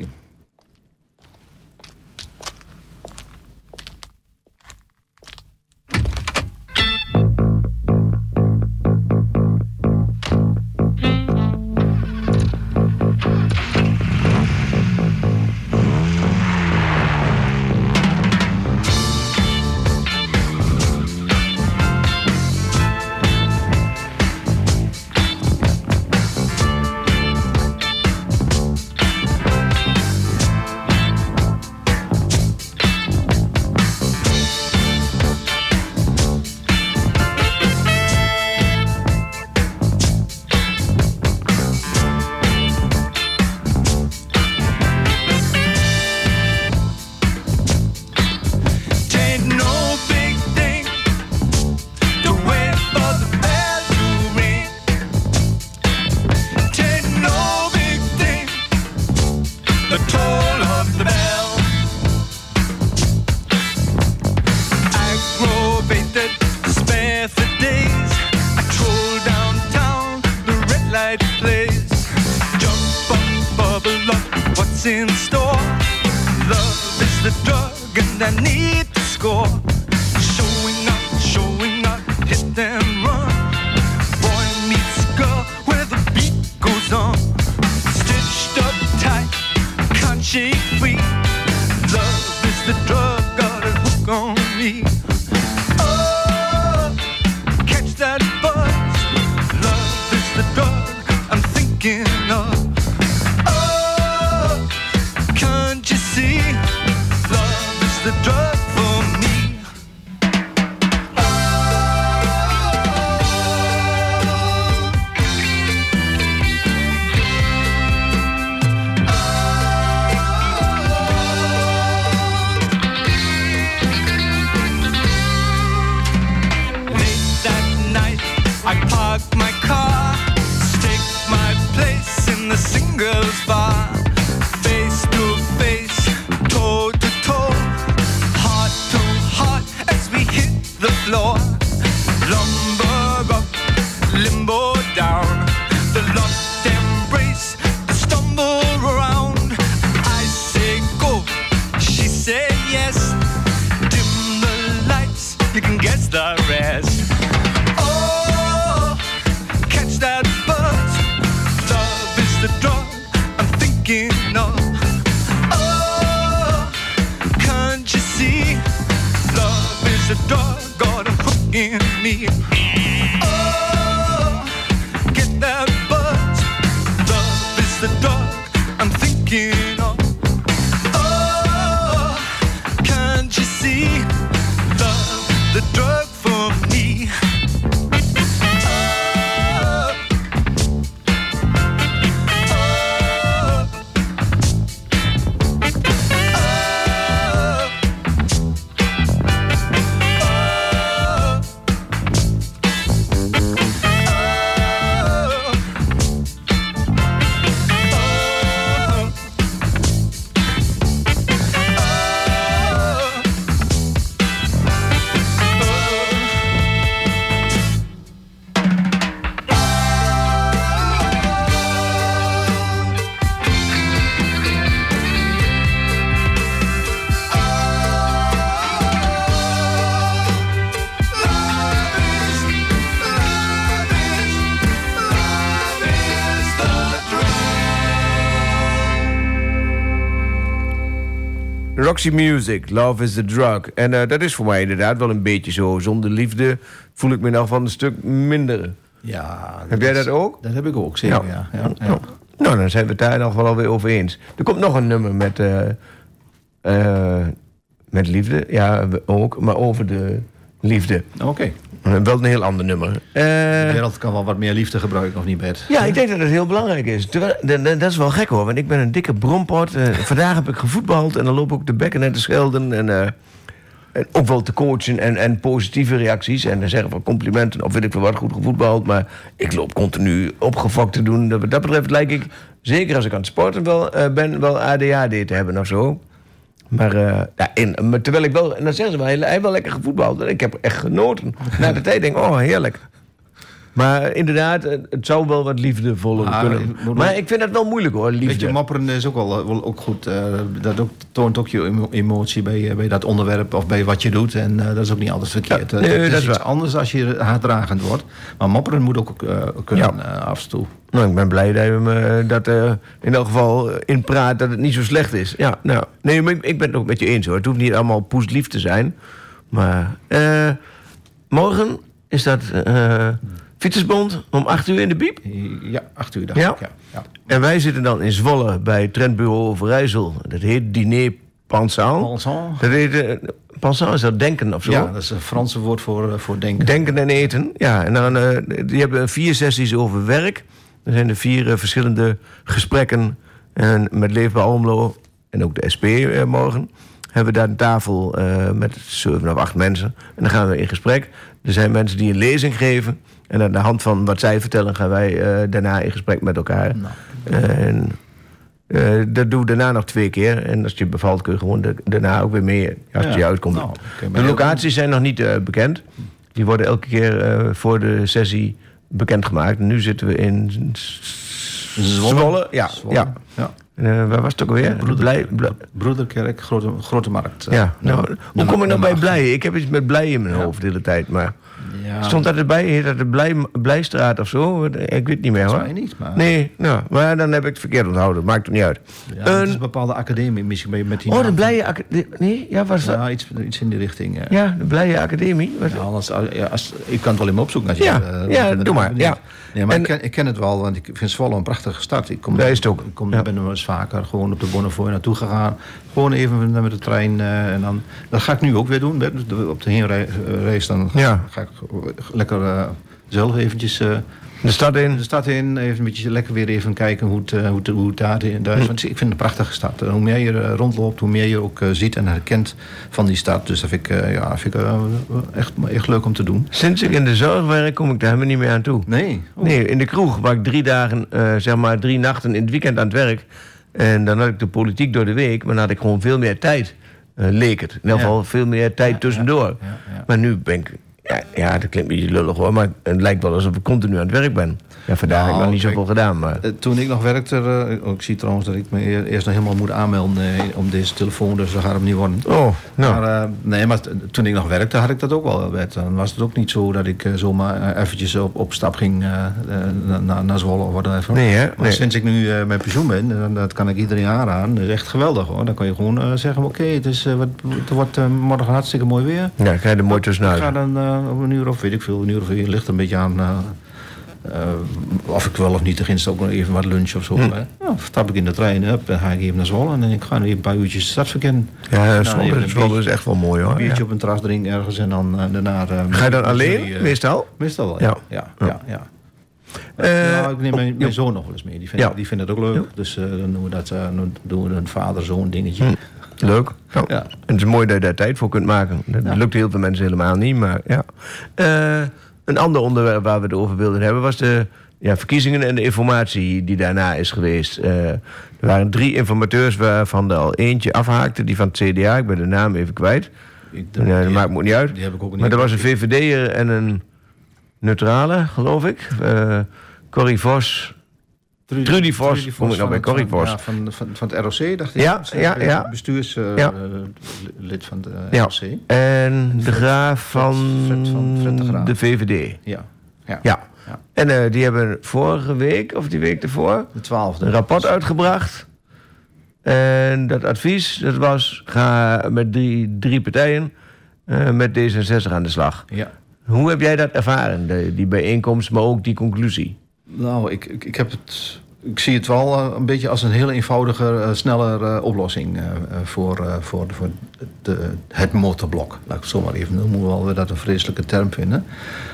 In store, love is the drug, and I need to score. Showing up, showing up. hit and run. Boy meets girl where the beat goes on. Stitched up tight, can't shake free. Love is the drug, got a hook on me. Oh, catch that buzz. Love is the drug I'm thinking of. Oh, can't you see? Love is the drug for me. I park my car, stake my place in the singles bar. Face to face, toe to toe, heart to heart as we hit the floor. Lumber up, limbo down, the lost embrace, the stumble around. I say go, she say yes. Dim the lights, you can guess the rest. That buzz, love is the drug I'm thinking of. Oh, can't you see? Love is the drug, got a hook in me. Oh, get that buzz, love is the drug I'm thinking of. Oh, can't you see? Love, the drug for me. Roxy Music, Love is the Drug. En uh, dat is voor mij inderdaad wel een beetje zo. Zonder liefde voel ik me nog van een stuk minder. Ja. Heb jij dat ook? Dat heb ik ook, zeker, ja. ja, ja, ja. Nou, dan zijn we het daar nog wel alweer over eens. Er komt nog een nummer met, uh, uh, met liefde. Ja, ook, maar over de liefde. Oké. Okay. Wel een heel ander nummer. Uh, de wereld kan wel wat meer liefde gebruiken, of niet, Bert? Ja, ik denk dat het heel belangrijk is. Dat is wel gek, hoor. Want ik ben een dikke brompot. Uh, vandaag heb ik gevoetbald en dan loop ik ook de bekken en te schelden. En, uh, en ook wel te coachen en, en positieve reacties. En dan zeggen van complimenten of weet ik veel wat, goed gevoetbald. Maar ik loop continu opgefokt te doen. Wat dat betreft lijk ik, zeker als ik aan het sporten wel, uh, ben, wel A D H D te hebben of zo. Maar, uh, ja, in, maar terwijl ik wel... En dan zeggen ze wel, hij heeft wel lekker gevoetbald. En ik heb echt genoten. Na de tijd denk ik, oh, heerlijk. Maar inderdaad, het zou wel wat liefdevoller ah, kunnen. Maar ik vind het wel moeilijk, hoor, liefde. Beetje mopperen is ook wel, wel ook goed. Uh, dat ook, toont ook je emotie bij, bij dat onderwerp of bij wat je doet. En uh, dat is ook niet altijd verkeerd. Ja, nee, het is dat is iets wel anders als je haatdragend wordt. Maar mopperen moet ook uh, kunnen ja. uh, af en toe. Nou, ik ben blij dat je me dat uh, in elk geval in praat dat het niet zo slecht is. Ja, nou, nee, maar ik, ik ben het ook met je eens, hoor. Het hoeft niet allemaal poeslief te zijn. Maar uh, morgen is dat uh, Fietsersbond om acht uur in de Biep? Ja, acht uur dacht ja. ik, ja. ja. En wij zitten dan in Zwolle bij Trendbureau Overijssel. Dat heet Diner Pensant. Pensant. Dat heet, uh, pensant is dat denken of zo? Ja, dat is een Franse woord voor, uh, voor denken. Denken en eten, ja. En dan, uh, die hebben vier sessies over werk. Er zijn er vier uh, verschillende gesprekken en met Leefbaar Almelo en ook de S P uh, morgen. Hebben we daar een tafel uh, met zeven of acht mensen. En dan gaan we in gesprek. Er zijn mensen die een lezing geven. En aan de hand van wat zij vertellen gaan wij uh, daarna in gesprek met elkaar. Nou. Uh, en, uh, dat doe ik daarna nog twee keer. En als je bevalt kun je gewoon de, daarna ook weer mee als het je uitkomt. Nou, okay, de locaties zijn nog niet uh, bekend. Die worden elke keer uh, voor de sessie bekendgemaakt. Nu zitten we in Zwolle. Zwolle. Ja, Zwolle. Ja. ja. Uh, waar was het ook alweer? Ja, Broeder, Blij, Blij. Broederkerk, grote, grote markt. Ja, nou, hoe kom ik nou bij Blij? Ik heb iets met Blij in mijn ja. hoofd de hele tijd, maar... Ja, stond dat erbij? Heet dat de Blij, Blijstraat of zo? Ik weet niet meer, hoor. Dat niet, maar... Nee, nou, maar dan heb ik het verkeerd onthouden. Maakt het niet uit. Ja, een... Het is een bepaalde academie misschien met die... Oh, de Blije Academie. Nee, ja, was dat? Ja, iets, iets in die richting. Ja, ja de Blije Academie. Ja, anders, ja, als, ik kan het wel even opzoeken. Als je, ja, uh, ja doe maar. Ja. Nee, maar en, ik, ken, ik ken het wel, want ik vind Zwolle een prachtige stad. Ik kom, daar is het ook. Ik kom, ja. ben er wel eens vaker gewoon op de Bonnefoy naartoe gegaan. Gewoon even met de trein. Uh, en dan, dat ga ik nu ook weer doen. Op de heenreis dan ja. ga ik lekker uh, zelf eventjes... Uh, de stad in? De stad in, even een beetje lekker weer even kijken hoe het, uh, hoe het, hoe het daar, daar is. Hm. Want ik vind het een prachtige stad. Uh, hoe meer je uh, rondloopt, hoe meer je ook uh, ziet en herkent van die stad. Dus dat vind ik, uh, ja, vind ik uh, echt, echt leuk om te doen. Sinds ik in de zorg werk, kom ik daar helemaal niet meer aan toe. Nee? Oh. Nee, in de kroeg waar ik drie dagen, uh, zeg maar drie nachten in het weekend aan het werk. En dan had ik de politiek door de week, maar dan had ik gewoon veel meer tijd. Uh, leek het. In ieder geval ja. veel meer tijd ja, tussendoor. Ja, ja, ja. Maar nu ben ik... Ja, ja, dat klinkt een beetje lullig hoor, maar het lijkt wel alsof ik continu aan het werk ben. Ja, vandaag nou, heb ik nog niet kijk, zoveel gedaan, maar... Toen ik nog werkte, uh, ik zie trouwens dat ik me eerst nog helemaal moet aanmelden uh, om deze telefoon, dus dat gaat hem niet worden. Oh, nou. Maar, uh, nee, maar t- toen ik nog werkte had ik dat ook wel. Dan was het ook niet zo dat ik uh, zomaar uh, eventjes op, op stap ging uh, uh, naar, naar Zwolle of whatever. Nee, hè? Maar nee. sinds ik nu uh, met pensioen ben, uh, dat kan ik iedereen aanraden, dat is echt geweldig hoor. Dan kan je gewoon uh, zeggen, oké, okay, het, is, uh, wat, het wordt uh, morgen hartstikke mooi weer. Ja, ik ga je er mooi tussenuit. Ik ga dan uh, op een uur of weet ik veel, een uur of vier, ligt er een beetje aan... Uh, Uh, of ik wel of niet, dan ginst ook nog even wat lunch of zo. Hm. Nou, stap ik in de trein op, dan ga ik even naar Zwolle en ik ga even een paar uurtjes de stad verkennen. Ja, Zwolle, Zwolle is echt wel mooi hoor. Een biertje ja. op een terras drinken ergens en dan uh, daarna... Uh, ga je dan alleen, die, uh, meestal? Meestal wel, ja. ja. ja, ja, ja. Uh, nou, ik neem mijn, mijn zoon nog wel eens mee, die vindt, ja. die vindt het ook leuk. Ja. Dus uh, dan doen we dat, uh, dan doen we een vader-zoon dingetje. Hm. Leuk. Ja. Ja. En het is mooi dat je daar tijd voor kunt maken. Dat ja. lukt heel veel mensen helemaal niet, maar ja. Uh, een ander onderwerp waar we het over wilden hebben was de ja, verkiezingen en de informatie die daarna is geweest. Uh, er waren drie informateurs waarvan er al eentje afhaakte, die van het C D A, ik ben de naam even kwijt. Ik, de, ja, dat maakt me niet uit. Die heb ik ook niet maar er was een V V D'er en een neutrale, geloof ik. Uh, Corrie Vos. Trudy, Trudy Vos, Trudy Vos kom ik nou bij Corrie Vos. Ja, van, van, van het R O C, dacht ik. Ja, ja, ja. Bestuurslid uh, ja. van de ja. R O C. En de graaf van, Fred, van Fred de, Graaf. de V V D. Ja. Ja. ja. ja. En uh, die hebben vorige week, of die week ervoor... de twaalfde. Een rapport uitgebracht. En dat advies, dat was... ga met drie, drie partijen uh, met D zesenzestig aan de slag. Ja. Hoe heb jij dat ervaren, de, die bijeenkomst, maar ook die conclusie? Nou, ik, ik, ik heb het... Ik zie het wel uh, een beetje als een heel eenvoudige, uh, snelle uh, oplossing uh, voor, uh, voor, voor de, het motorblok. Laat ik het zo maar even noemen, hoewel we dat een vreselijke term vinden.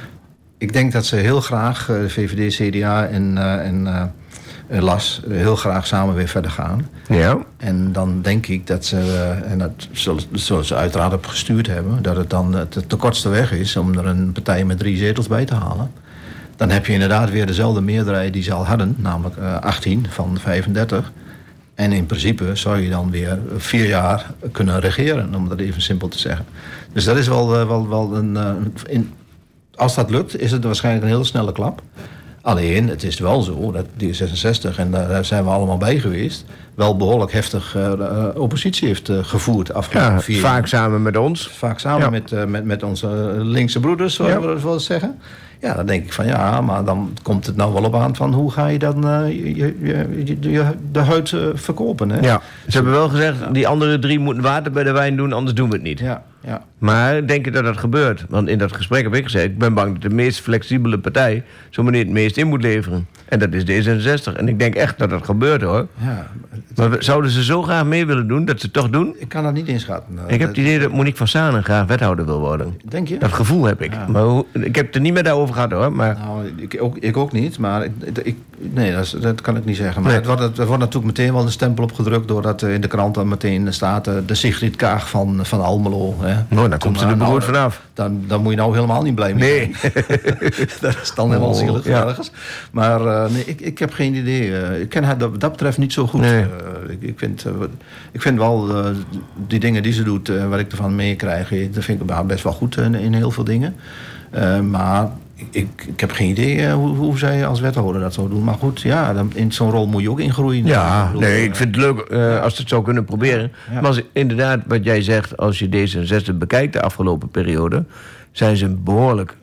Ik denk dat ze heel graag, uh, V V D, C D A en, uh, en uh, L A S, uh, heel graag samen weer verder gaan. Ja. En dan denk ik dat ze, uh, en dat zullen, zullen ze uiteraard op gestuurd hebben, dat het dan de, de kortste weg is om er een partij met drie zetels bij te halen. Dan heb je inderdaad weer dezelfde meerderheid die ze al hadden, namelijk uh, achttien van vijfendertig. En in principe zou je dan weer vier jaar kunnen regeren, om dat even simpel te zeggen. Dus dat is wel, uh, wel, wel een... Uh, in, als dat lukt, is het waarschijnlijk een heel snelle klap. Alleen, het is wel zo dat D zesenzestig, en daar zijn we allemaal bij geweest, wel behoorlijk heftig uh, oppositie heeft uh, gevoerd afgelopen ja, vier vaak jaar. samen met ons. Vaak samen ja. met, uh, met, met onze linkse broeders, zoals ja. we dat wel zeggen. Ja, dan denk ik van ja, maar dan komt het nou wel op aan van hoe ga je dan uh, je, je, je, je, de huid uh, verkopen. Hè? Ja, ze hebben wel gezegd, ja. die andere drie moeten water bij de wijn doen, anders doen we het niet. Ja, ja. Maar denk je dat dat gebeurt? Want in dat gesprek heb ik gezegd, ik ben bang dat de meest flexibele partij zo meneer het meest in moet leveren. En dat is D zesenzestig. En ik denk echt dat dat gebeurt hoor. Ja, maar zouden ze zo graag mee willen doen, dat ze het toch doen? Ik kan dat niet inschatten. Ik heb het idee dat Monique van Sanen graag wethouder wil worden. Denk je? Dat gevoel heb ik. Ja. Maar hoe, ik heb het er niet meer daarover gehad hoor. Maar... Nou, ik ook, ik ook niet. Maar ik, ik, nee, dat, is, dat kan ik niet zeggen. Maar nee. het, wordt, het wordt natuurlijk meteen wel een stempel opgedrukt, doordat in de krant dan meteen staat uh, de Sigrid Kaag van, van Almelo. Hè. Nou, daar komt ze er beroerd nou, vanaf. Dan, dan moet je nou helemaal niet blij mee nee. zijn. Dat is dan helemaal oh, zielig ja. ergens. Maar uh, nee, ik, ik heb geen idee. Uh, ik ken haar dat, dat betreft niet zo goed. Nee. Uh, ik, ik, vind, uh, ik vind wel uh, die dingen die ze doet, uh, wat ik ervan meekrijg, dat vind ik best wel goed in, in heel veel dingen. Uh, maar ik, ik heb geen idee uh, hoe, hoe zij als wethouder dat zou doen. Maar goed, ja, dan, in zo'n rol moet je ook ingroeien. Ja, ik bedoel, nee, ik vind het leuk uh, ja. als ze het zou kunnen proberen. Ja. Ja. Maar als, inderdaad, wat jij zegt, als je D zesenzestig bekijkt de afgelopen periode, zijn ze behoorlijk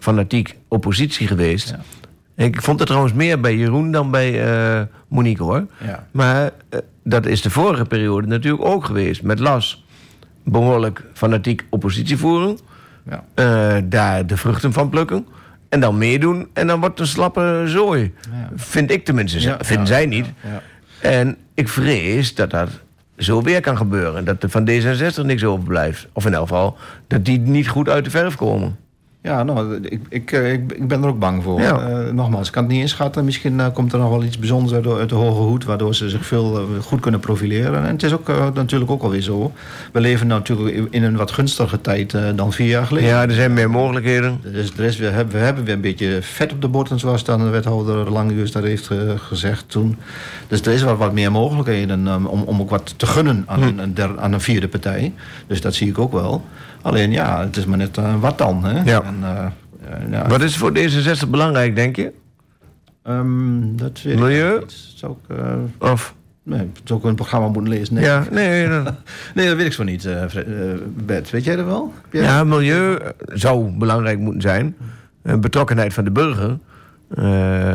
fanatiek oppositie geweest. Ja. Ik vond het trouwens meer bij Jeroen dan bij uh, Monique, hoor. Ja. Maar uh, dat is de vorige periode natuurlijk ook geweest. Met Las behoorlijk fanatiek oppositie voeren. Ja. Uh, daar de vruchten van plukken. En dan meedoen. En dan wordt het een slappe zooi. Ja. Vind ik tenminste. Ja, vinden ja, zij niet. Ja, ja. En ik vrees dat dat zo weer kan gebeuren. Dat er van D zesenzestig niks overblijft. Of in elk geval dat die niet goed uit de verf komen. Ja, nou, ik, ik, ik, ik ben er ook bang voor. Ja. Uh, nogmaals, ik kan het niet inschatten. Misschien uh, komt er nog wel iets bijzonders uit de, uit de hoge hoed, waardoor ze zich veel uh, goed kunnen profileren. En het is ook uh, natuurlijk ook alweer zo. We leven natuurlijk in een wat gunstiger tijd uh, dan vier jaar geleden. Ja, er zijn meer mogelijkheden. Dus er is weer, we hebben weer een beetje vet op de borden, zoals dan de wethouder Langehuis daar heeft uh, gezegd toen. Dus er is wat, wat meer mogelijkheden um, om, om ook wat te gunnen aan, hm. een, een der, aan een vierde partij. Dus dat zie ik ook wel. Alleen ja, het is maar net uh, wat dan. Hè? Ja. En, uh, uh, ja. Wat is voor D zesenzestig belangrijk, denk je? Um, dat weet Milieu? Ik niet. Zou ik, uh, of? Nee, zou ik een programma moeten lezen? Nee, ja, nee, dat... nee, dat weet ik zo niet, uh, uh, Bert. Weet jij dat wel? Ja, ja, milieu zou belangrijk moeten zijn. Uh, betrokkenheid van de burger. Uh,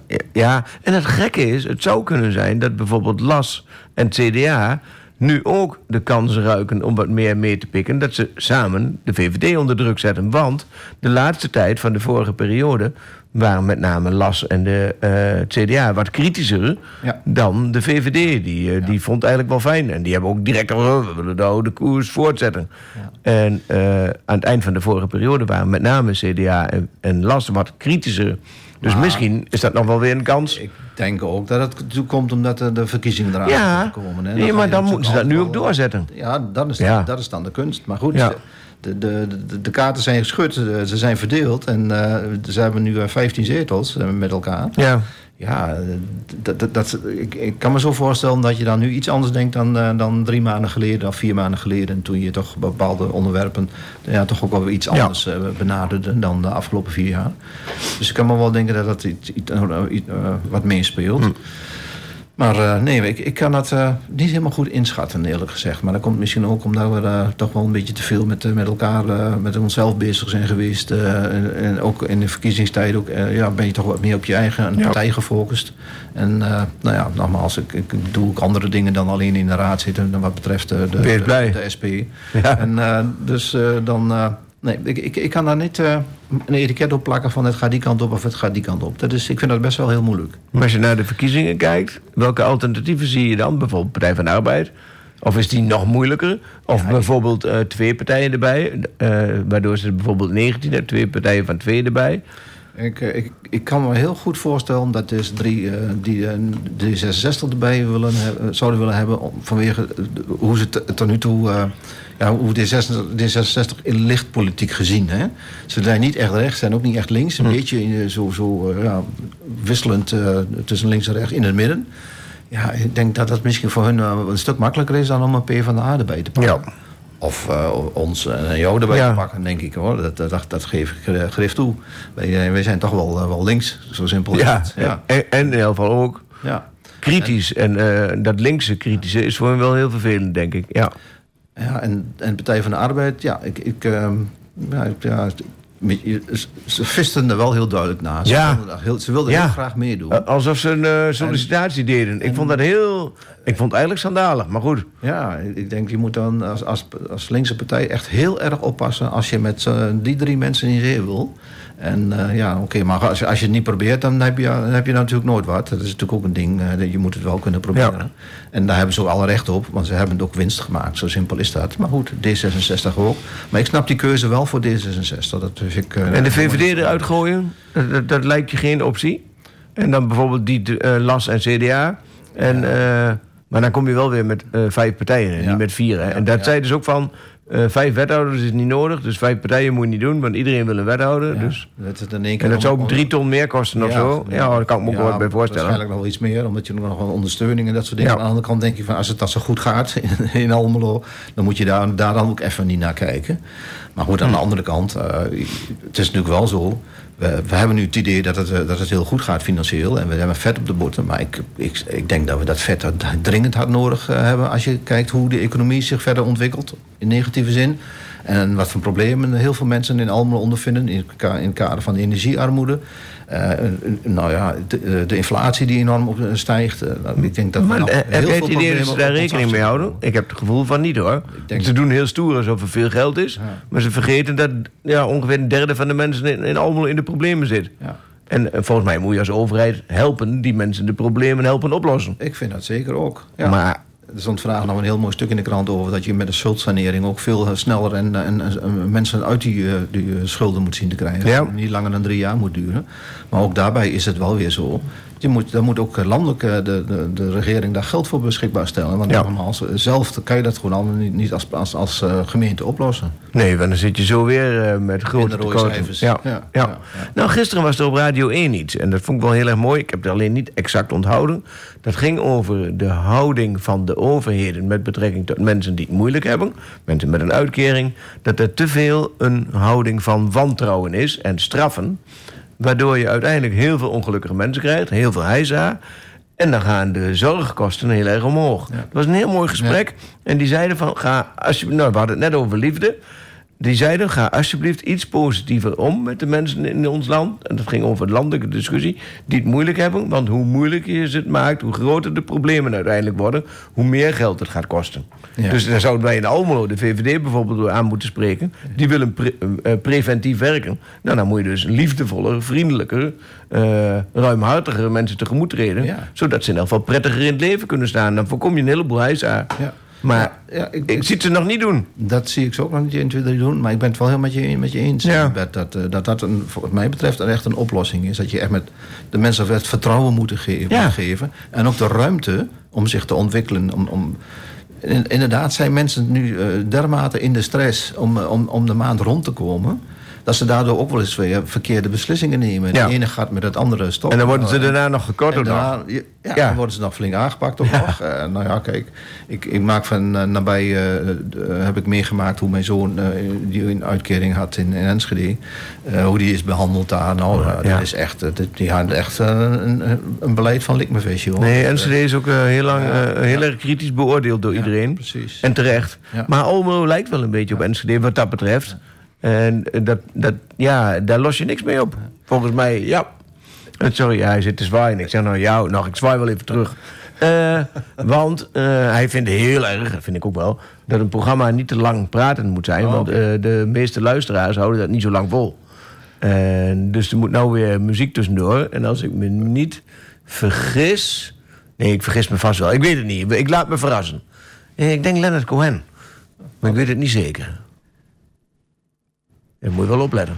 ja, en het gekke is, het zou kunnen zijn dat bijvoorbeeld Las en het C D A nu ook de kans ruiken om wat meer mee te pikken, dat ze samen de V V D onder druk zetten. Want de laatste tijd van de vorige periode waren met name Las en de uh, C D A wat kritischer ja. dan de V V D. Die, uh, ja. die vond eigenlijk wel fijn. En die hebben ook direct al, we willen de oude koers voortzetten. Ja. En uh, aan het eind van de vorige periode waren met name C D A en, en Las wat kritischer. Dus maar misschien is dat nog wel weer een kans. Ik denk ook dat het toekomt omdat de verkiezingen eraan ja, komen. Hè. Nee, maar dan moeten ze dat nu ook doorzetten. Ja, dat is, ja. dat is dan de kunst. Maar goed, ja. de, de, de, de kaarten zijn geschud, ze zijn verdeeld. En uh, ze hebben nu vijftien zetels uh, met elkaar. Ja. Ja, dat, dat, dat, ik, ik kan me zo voorstellen dat je dan nu iets anders denkt dan, uh, dan drie maanden geleden of vier maanden geleden. Toen je toch bepaalde onderwerpen ja, toch ook wel weer iets anders ja. uh, benaderde dan de afgelopen vier jaar. Dus ik kan me wel denken dat dat iets, iets, uh, iets, uh, wat meespeelt. Hm. Maar uh, nee, ik, ik kan dat uh, niet helemaal goed inschatten, eerlijk gezegd. Maar dat komt misschien ook omdat we uh, toch wel een beetje te veel met, uh, met elkaar, uh, met onszelf bezig zijn geweest. Uh, en, en ook in de verkiezingstijd ook, uh, ja, ben je toch wat meer op je eigen ja. partij gefocust. En uh, nou ja, nogmaals, ik, ik doe ook andere dingen dan alleen in de raad zitten wat betreft uh, de, de, de, de S P. Ja. En uh, dus uh, dan... Uh, Nee, ik, ik, ik kan daar niet uh, een etiket op plakken van het gaat die kant op of het gaat die kant op. Dat is, ik vind dat best wel heel moeilijk. Maar als je naar de verkiezingen kijkt, welke alternatieven zie je dan? Bijvoorbeeld Partij van de Arbeid? Of is die nog moeilijker? Of ja, bijvoorbeeld uh, twee partijen erbij, uh, waardoor ze bijvoorbeeld negentien hebben, twee partijen van twee erbij. Ik, ik, ik kan me heel goed voorstellen dat dus drie uh, die uh, D zesenzestig erbij willen, uh, zouden willen hebben vanwege uh, hoe ze t- tot nu toe... Uh, Ja, hoe D zesenzestig in lichtpolitiek gezien. Hè? Ze zijn niet echt rechts, zijn ook niet echt links. Een hm. beetje in, zo, zo uh, ja, wisselend uh, tussen links en rechts in het midden. Ja, ik denk dat dat misschien voor hun uh, een stuk makkelijker is dan om een P van de A erbij te pakken. Ja. Of uh, ons en uh, jou erbij ja. te pakken, denk ik hoor. Dat, dat, dat geef ik grif toe. Wij, wij zijn toch wel, uh, wel links, zo simpel is ja. het. Ja. En, en in ieder geval ook ja. kritisch. En, en uh, dat linkse kritische is voor hen wel heel vervelend, denk ik. Ja. Ja, en, en Partij van de Arbeid, ja, ik, ik, uh, ja, ja, ze visten er wel heel duidelijk na. Ze ja. wilden, heel, ze wilden ja. heel graag meedoen. Alsof ze een uh, sollicitatie en, deden. Ik en, vond dat heel, ik vond het eigenlijk schandalig, maar goed. Ja, ik denk je moet dan als, als, als linkse partij echt heel erg oppassen als je met uh, die drie mensen in zee wil. En uh, ja, oké, okay, maar als je, als je het niet probeert, dan heb, je, dan heb je natuurlijk nooit wat. Dat is natuurlijk ook een ding, uh, je moet het wel kunnen proberen. Ja. En daar hebben ze ook alle recht op, want ze hebben ook winst gemaakt. Zo simpel is dat. Maar goed, D zesenzestig ook. Maar ik snap die keuze wel voor D zesenzestig. Dat vind ik, uh, en de V V D eruit gooien, dat, dat, dat lijkt je geen optie? En dan bijvoorbeeld die uh, Las en C D A. En, ja. uh, maar dan kom je wel weer met uh, vijf partijen, ja. niet met vier. Hè? Ja, en dat ja. zei dus ook van... Uh, vijf wethouders is niet nodig, dus vijf partijen moet je niet doen, want iedereen wil een wethouder. Ja, dus. dat is in één keer en dat zou ook drie ton meer kosten ja, of zo. Ja, ja, daar kan ik me ook ja, wel bij voorstellen. Waarschijnlijk nog wel iets meer, omdat je nog wel ondersteuning en dat soort dingen. Ja. Aan de andere kant denk je van, als het dat zo goed gaat in, in Almelo, dan moet je daar, daar dan ook even niet naar kijken. Maar goed, aan de andere kant, uh, het is natuurlijk wel zo. We, we hebben nu het idee dat het, dat het heel goed gaat financieel. En we hebben vet op de botten. Maar ik, ik, ik denk dat we dat vet dringend hard nodig hebben. Als je kijkt hoe de economie zich verder ontwikkelt. In negatieve positieve zin. En wat voor problemen heel veel mensen in Almelo ondervinden in het kader van de energiearmoede. Uh, nou ja, de, de inflatie die enorm op stijgt. Uh, ik denk dat maar, we uh, heb jij het idee dat ze daar rekening mee houden? Ik heb het gevoel van niet hoor. Denk... Ze doen heel stoer alsof er veel geld is. Ja. Maar ze vergeten dat ja, ongeveer een derde van de mensen in, in Almelo in de problemen zit. Ja. En uh, volgens mij moet je als overheid helpen die mensen de problemen helpen oplossen. Ik vind dat zeker ook. Ja. Maar er stond vandaag nog een heel mooi stuk in de krant over dat je met de schuldsanering ook veel sneller en, en, en mensen uit die, die schulden moet zien te krijgen. Ja. Niet langer dan drie jaar moet duren. Maar ook daarbij is het wel weer zo. Je moet, daar moet ook landelijk de, de, de regering daar geld voor beschikbaar stellen. Want ja. nogmaals, zelf kan je dat gewoon allemaal niet, niet als, als, als uh, gemeente oplossen. Nee, want dan zit je zo weer uh, met grote tekorten. Ja. Ja. Ja. Ja. Nou, gisteren was er op Radio één iets. En dat vond ik wel heel erg mooi. Ik heb het alleen niet exact onthouden. Dat ging over de houding van de overheden met betrekking tot mensen die het moeilijk hebben. Mensen met een uitkering. Dat er te veel een houding van wantrouwen is en straffen. Waardoor je uiteindelijk heel veel ongelukkige mensen krijgt. Heel veel heisa. En dan gaan de zorgkosten heel erg omhoog. Ja. Dat was een heel mooi gesprek. Ja. En die zeiden van, ga alsjeblieft... Nou, we hadden het net over liefde. Die zeiden, ga alsjeblieft iets positiever om met de mensen in ons land. En dat ging over een landelijke discussie. Die het moeilijk hebben. Want hoe moeilijker je het maakt, hoe groter de problemen uiteindelijk worden. Hoe meer geld het gaat kosten. Ja. Dus daar zouden wij in Almelo, de V V D bijvoorbeeld, aan moeten spreken. Die willen pre- uh, preventief werken. Nou, dan moet je dus liefdevoller, vriendelijker, uh, ruimhartiger mensen tegemoet treden. Ja. Zodat ze in elk geval prettiger in het leven kunnen staan. Dan voorkom je een heleboel heisa. Ja. Maar ja, ja, ik, ik zie het ze nog niet doen. Dat zie ik ze ook nog niet in twee drie doen. Maar ik ben het wel heel met je, met je eens. Ja. Dat, dat, dat dat een, wat mij betreft echt een oplossing is. Dat je echt met de mensen het vertrouwen moet geven, ja. geven. En ook de ruimte om zich te ontwikkelen. Om, om, inderdaad zijn mensen nu uh, dermate in de stress om, om, om de maand rond te komen. Dat ze daardoor ook wel eens weer verkeerde beslissingen nemen. Ja. De ene gaat met het andere stoppen. En dan worden ze daarna nog gekort of daarna, ja, ja, ja, dan worden ze nog flink aangepakt of ja. nog. Uh, nou ja, kijk, ik, ik maak van uh, nabij, uh, uh, heb ik meegemaakt hoe mijn zoon, uh, die een uitkering had in, in Enschede, uh, hoe die is behandeld daar. Nou, uh, ja. dat is echt, uh, die had echt uh, een, een beleid van likmevestje. Hoor. Nee, Enschede is ook uh, heel lang, uh, heel ja. erg kritisch beoordeeld door ja, iedereen. Precies. En terecht. Ja. Maar Almelo lijkt wel een beetje op Enschede wat dat betreft. Ja. En dat, dat, ja, daar los je niks mee op. Volgens mij, ja. Sorry, hij zit te zwaaien. Ik zeg nou, jou, nog, ik zwaai wel even terug. Uh, want uh, hij vindt heel erg, dat vind ik ook wel, dat een programma niet te lang pratend moet zijn. Oh, want uh, de meeste luisteraars houden dat niet zo lang vol. Uh, dus er moet nou weer muziek tussendoor. En als ik me niet vergis... Nee, ik vergis me vast wel. Ik weet het niet. Ik laat me verrassen. Ik denk Leonard Cohen. Maar ik weet het niet zeker. Je moet wel opletten.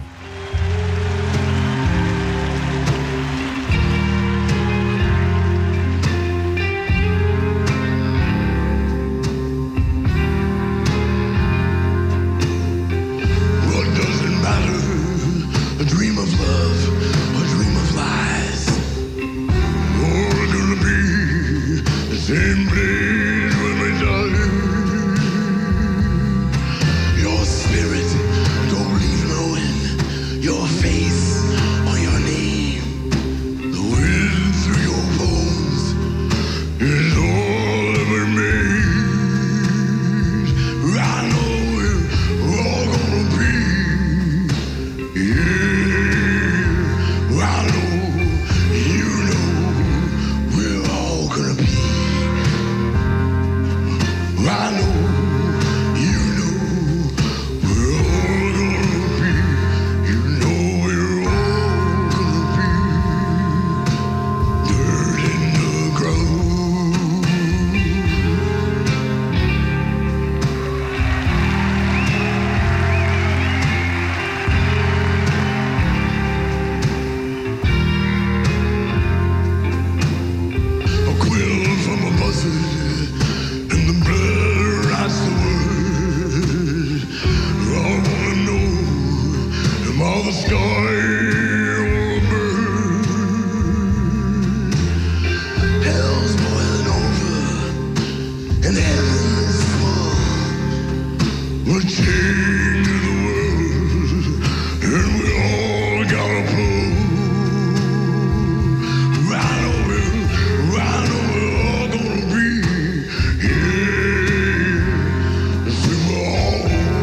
Oh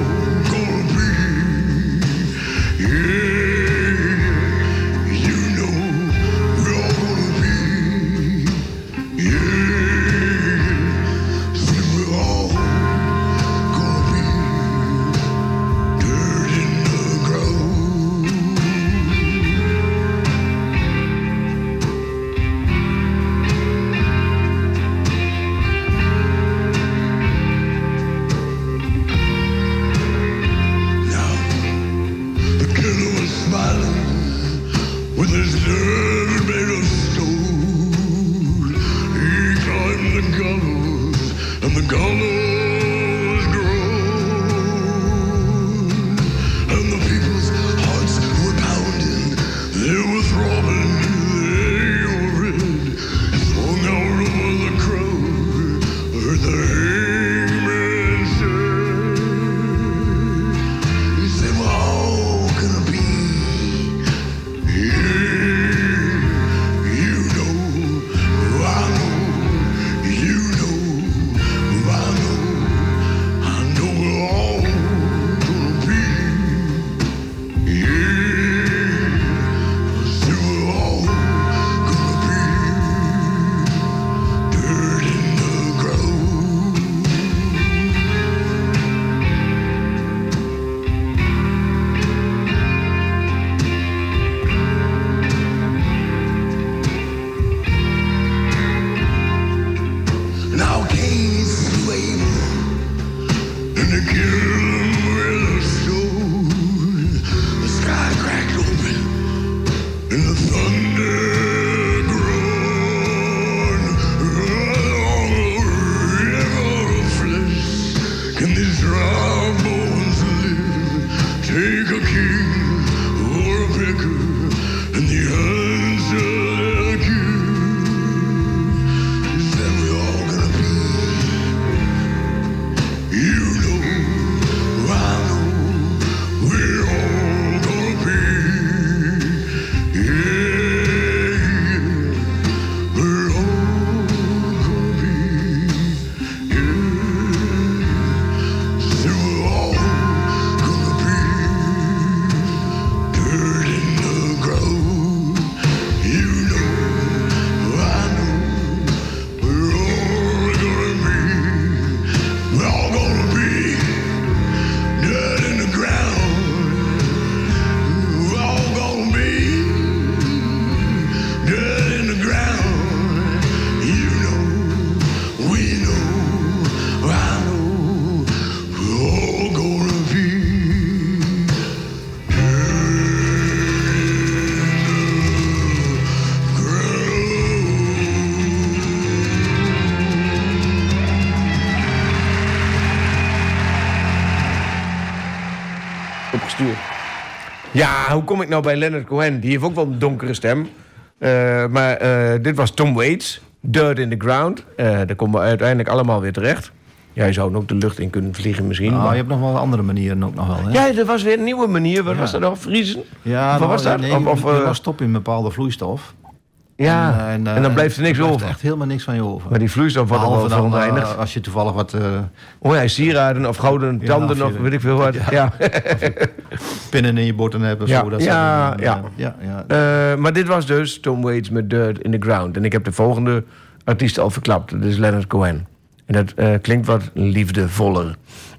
opgestuurd. Ja, hoe kom ik nou bij Leonard Cohen? Die heeft ook wel een donkere stem. Uh, maar uh, dit was Tom Waits, Dirt in the Ground. Uh, daar komen we uiteindelijk allemaal weer terecht. Ja, je zou ook de lucht in kunnen vliegen misschien. Nou, maar... je hebt nog wel andere manieren ook nog wel, hè? Ja, er was weer een nieuwe manier. Wat ja. was dat nou? Vriezen? Ja, wat nou, was dat? Nee, of, of, je uh... was stop in een bepaalde vloeistof. Ja, en, en, uh, en dan blijft er niks over. Er blijft echt helemaal niks van je over. Maar die vloeistof wordt wel verontreinigd. Uh, als je toevallig wat... Uh... Oh ja, sieraden of gouden tanden ja, of weet ik veel wat. Ja. Ja. Pinnen in je botten hebben of ja. zo. Dat ja, dan, ja. Uh, ja, ja. Uh, maar dit was dus Tom Waits met Dirt in the Ground. En ik heb de volgende artiest al verklapt. Dat is Leonard Cohen. En dat uh, klinkt wat liefdevoller.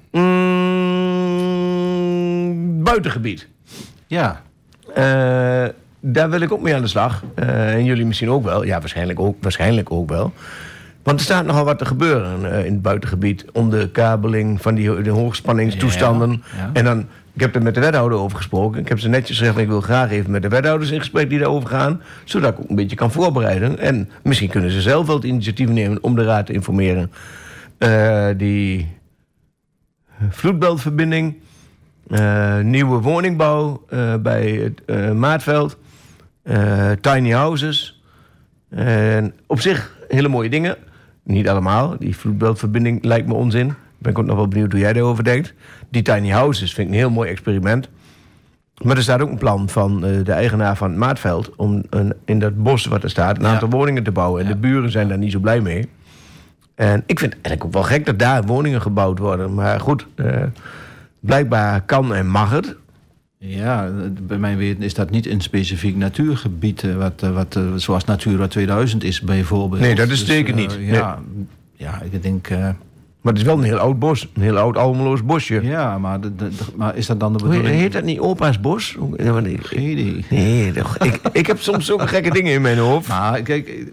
Mm, buitengebied. Ja. Uh, daar wil ik ook mee aan de slag. Uh, en jullie misschien ook wel. Ja, waarschijnlijk ook, waarschijnlijk ook wel. Want er staat nogal wat te gebeuren uh, in het buitengebied. Onderkabeling van die de hoogspanningstoestanden. Ja, ja. En dan, ik heb er met de wethouder over gesproken. Ik heb ze netjes gezegd, ik wil graag even met de wethouders in gesprek die daarover gaan. Zodat ik ook een beetje kan voorbereiden. En misschien kunnen ze zelf wel het initiatief nemen om de raad te informeren. Uh, die vloedbeltverbinding. Uh, nieuwe woningbouw uh, bij het uh, Maatveld. Uh, tiny houses. En op zich hele mooie dingen. Niet allemaal. Die vloedbeltverbinding lijkt me onzin. Ben ik ook nog wel benieuwd hoe jij daarover denkt. Die tiny houses vind ik een heel mooi experiment. Maar er staat ook een plan van uh, de eigenaar van het Maatveld... om een, in dat bos wat er staat een aantal ja. woningen te bouwen. En ja. de buren zijn daar niet zo blij mee. En ik vind het eigenlijk ook wel gek dat daar woningen gebouwd worden. Maar goed, uh, blijkbaar kan en mag het. Ja, bij mijn weten is dat niet een specifiek natuurgebied... Wat, wat, zoals Natura tweeduizend is bijvoorbeeld. Nee, dat is zeker dus, uh, niet. Ja, nee. ja, ik denk... Uh, maar het is wel een heel oud bos. Een heel oud Almeloos bosje. Ja, maar, de, de, de, maar is dat dan de bedoeling... Heet dat niet opa's bos? Geen idee. Nee, toch, ik, ik heb soms zulke gekke dingen in mijn hoofd. Maar kijk...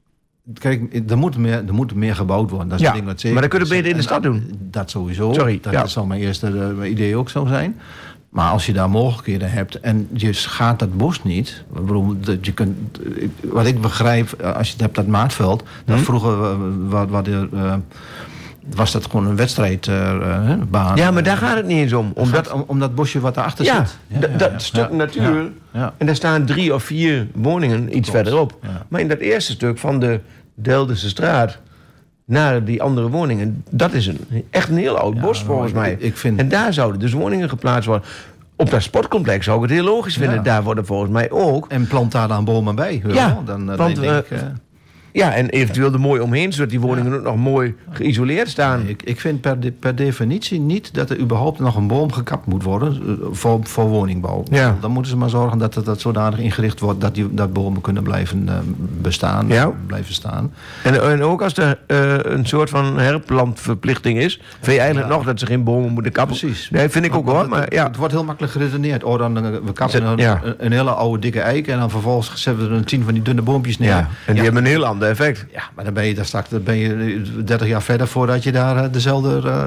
Kijk, er moet meer, er moet meer gebouwd worden. Dat is ja, ding wat zeker. Maar dat kunnen we beter in de stad doen. Dat sowieso. Sorry, dat ja. zou mijn eerste uh, idee ook zo zijn. Maar als je daar mogelijkheden hebt en je schaadt dat bos niet... Je kunt, wat ik begrijp, als je het hebt dat Maatveld... Hmm. Dat vroeger uh, wat, wat er, uh, was dat gewoon een wedstrijdbaan. Uh, ja, maar daar gaat het niet eens om. Om dat, om, om dat bosje wat erachter ja, zit. Ja, d- dat ja, stuk ja, natuur. Ja, ja. En daar staan drie of vier woningen iets Klopt. verderop. Ja. Maar in dat eerste stuk van de Deldense straat... naar die andere woningen, dat is een, echt een heel oud ja, bos volgens ik, mij. Ik vind... En daar zouden dus woningen geplaatst worden. Op dat sportcomplex zou ik het heel logisch vinden. Ja. Daar worden volgens mij ook... En plant daar dan bomen bij. Ja, dan, dan want, denk uh, ik... Uh... Ja, en eventueel er mooi omheen, zodat die woningen ja. ook nog mooi geïsoleerd staan. Nee, ik, ik vind per, de, per definitie niet dat er überhaupt nog een boom gekapt moet worden uh, voor, voor woningbouw. Ja. Dan moeten ze maar zorgen dat het dat zodanig ingericht wordt dat, die, dat bomen kunnen blijven uh, bestaan, ja. blijven staan. En, en ook als er uh, een soort van herplantverplichting is, vind je eigenlijk ja. nog dat ze geen bomen moeten kappen? Precies. Nee, vind ik ook hoor. Maar, ja. Het wordt heel makkelijk geredeneerd. Oh, dan, uh, we kappen Zet, een, ja. een, een hele oude dikke eik en dan vervolgens zetten we er een tien van die dunne boompjes neer. Ja. En die ja. hebben een heel ander effect. Ja, maar dan ben je daar straks dan ben je dertig jaar verder voordat je daar uh, dezelfde uh,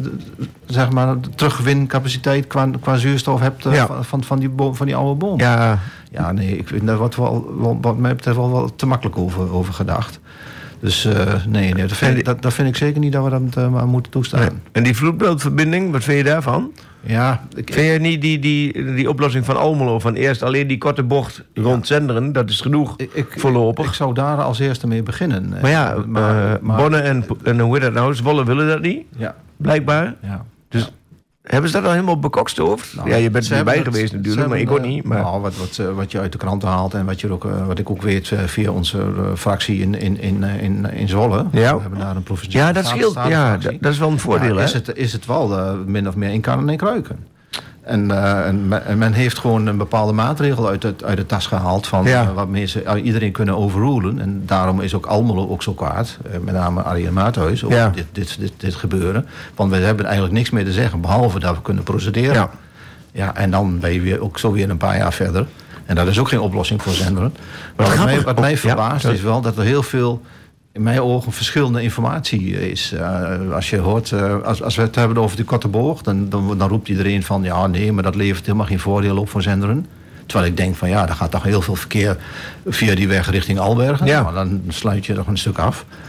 zeg maar terugwincapaciteit qua, qua zuurstof hebt uh, ja. van, van, die boom, van die oude boom. Ja, ja nee, ik vind daar wat, wel, wel, wat mij betreft wel, wel te makkelijk over, over gedacht. Dus uh, nee, nee dat, vind die, ik, dat, dat vind ik zeker niet dat we dat uh, maar moeten toestaan. Nee. En die vloedbeltverbinding, wat vind je daarvan? Ja, ik, vind je niet die, die, die oplossing van Almelo van eerst alleen die korte bocht ja. rond Zenderen, dat is genoeg ik, ik, voorlopig? Ik, ik zou daar als eerste mee beginnen. Maar ja, maar, uh, maar, Bonne en, en hoe heet dat nou? Zwolle willen dat niet, ja. blijkbaar. Ja. Dus ja. hebben ze dat al helemaal bekokstoofd? Nou, ja, je bent erbij geweest het, natuurlijk, maar ik ook niet. Maar... Nou, wat, wat, wat je uit de kranten haalt en wat, je ook, wat ik ook weet via onze uh, fractie in, in, in, in, in Zwolle. Ja. We hebben daar een professionele Ja, dat scheelt. Ja, dat, dat is wel een voordeel. Ja, hè? Is, het, is het wel uh, min of meer in kannen en kruiken. En, uh, en, men, en men heeft gewoon een bepaalde maatregel uit, het, uit de tas gehaald... van ja. uh, wat mensen, uh, iedereen kunnen overrulen. En daarom is ook Almelo ook zo kwaad. Uh, met name Arjen Maathuis over ja. dit, dit, dit, dit gebeuren. Want we hebben eigenlijk niks meer te zeggen... behalve dat we kunnen procederen. Ja. Ja, en dan ben je weer, ook zo weer een paar jaar verder. En dat is ook geen oplossing voor Zenderen. Maar wat, wat mij, wat mij verbaast ja. is wel dat er heel veel... in mijn ogen verschillende informatie is. Uh, als je hoort, uh, als, als we het hebben over die korte boog... Dan, dan, dan roept iedereen van... ja, nee, maar dat levert helemaal geen voordeel op voor Zenderen. Terwijl ik denk van ja, er gaat toch heel veel verkeer... via die weg richting Albergen. Ja. Nou, dan sluit je nog een stuk af.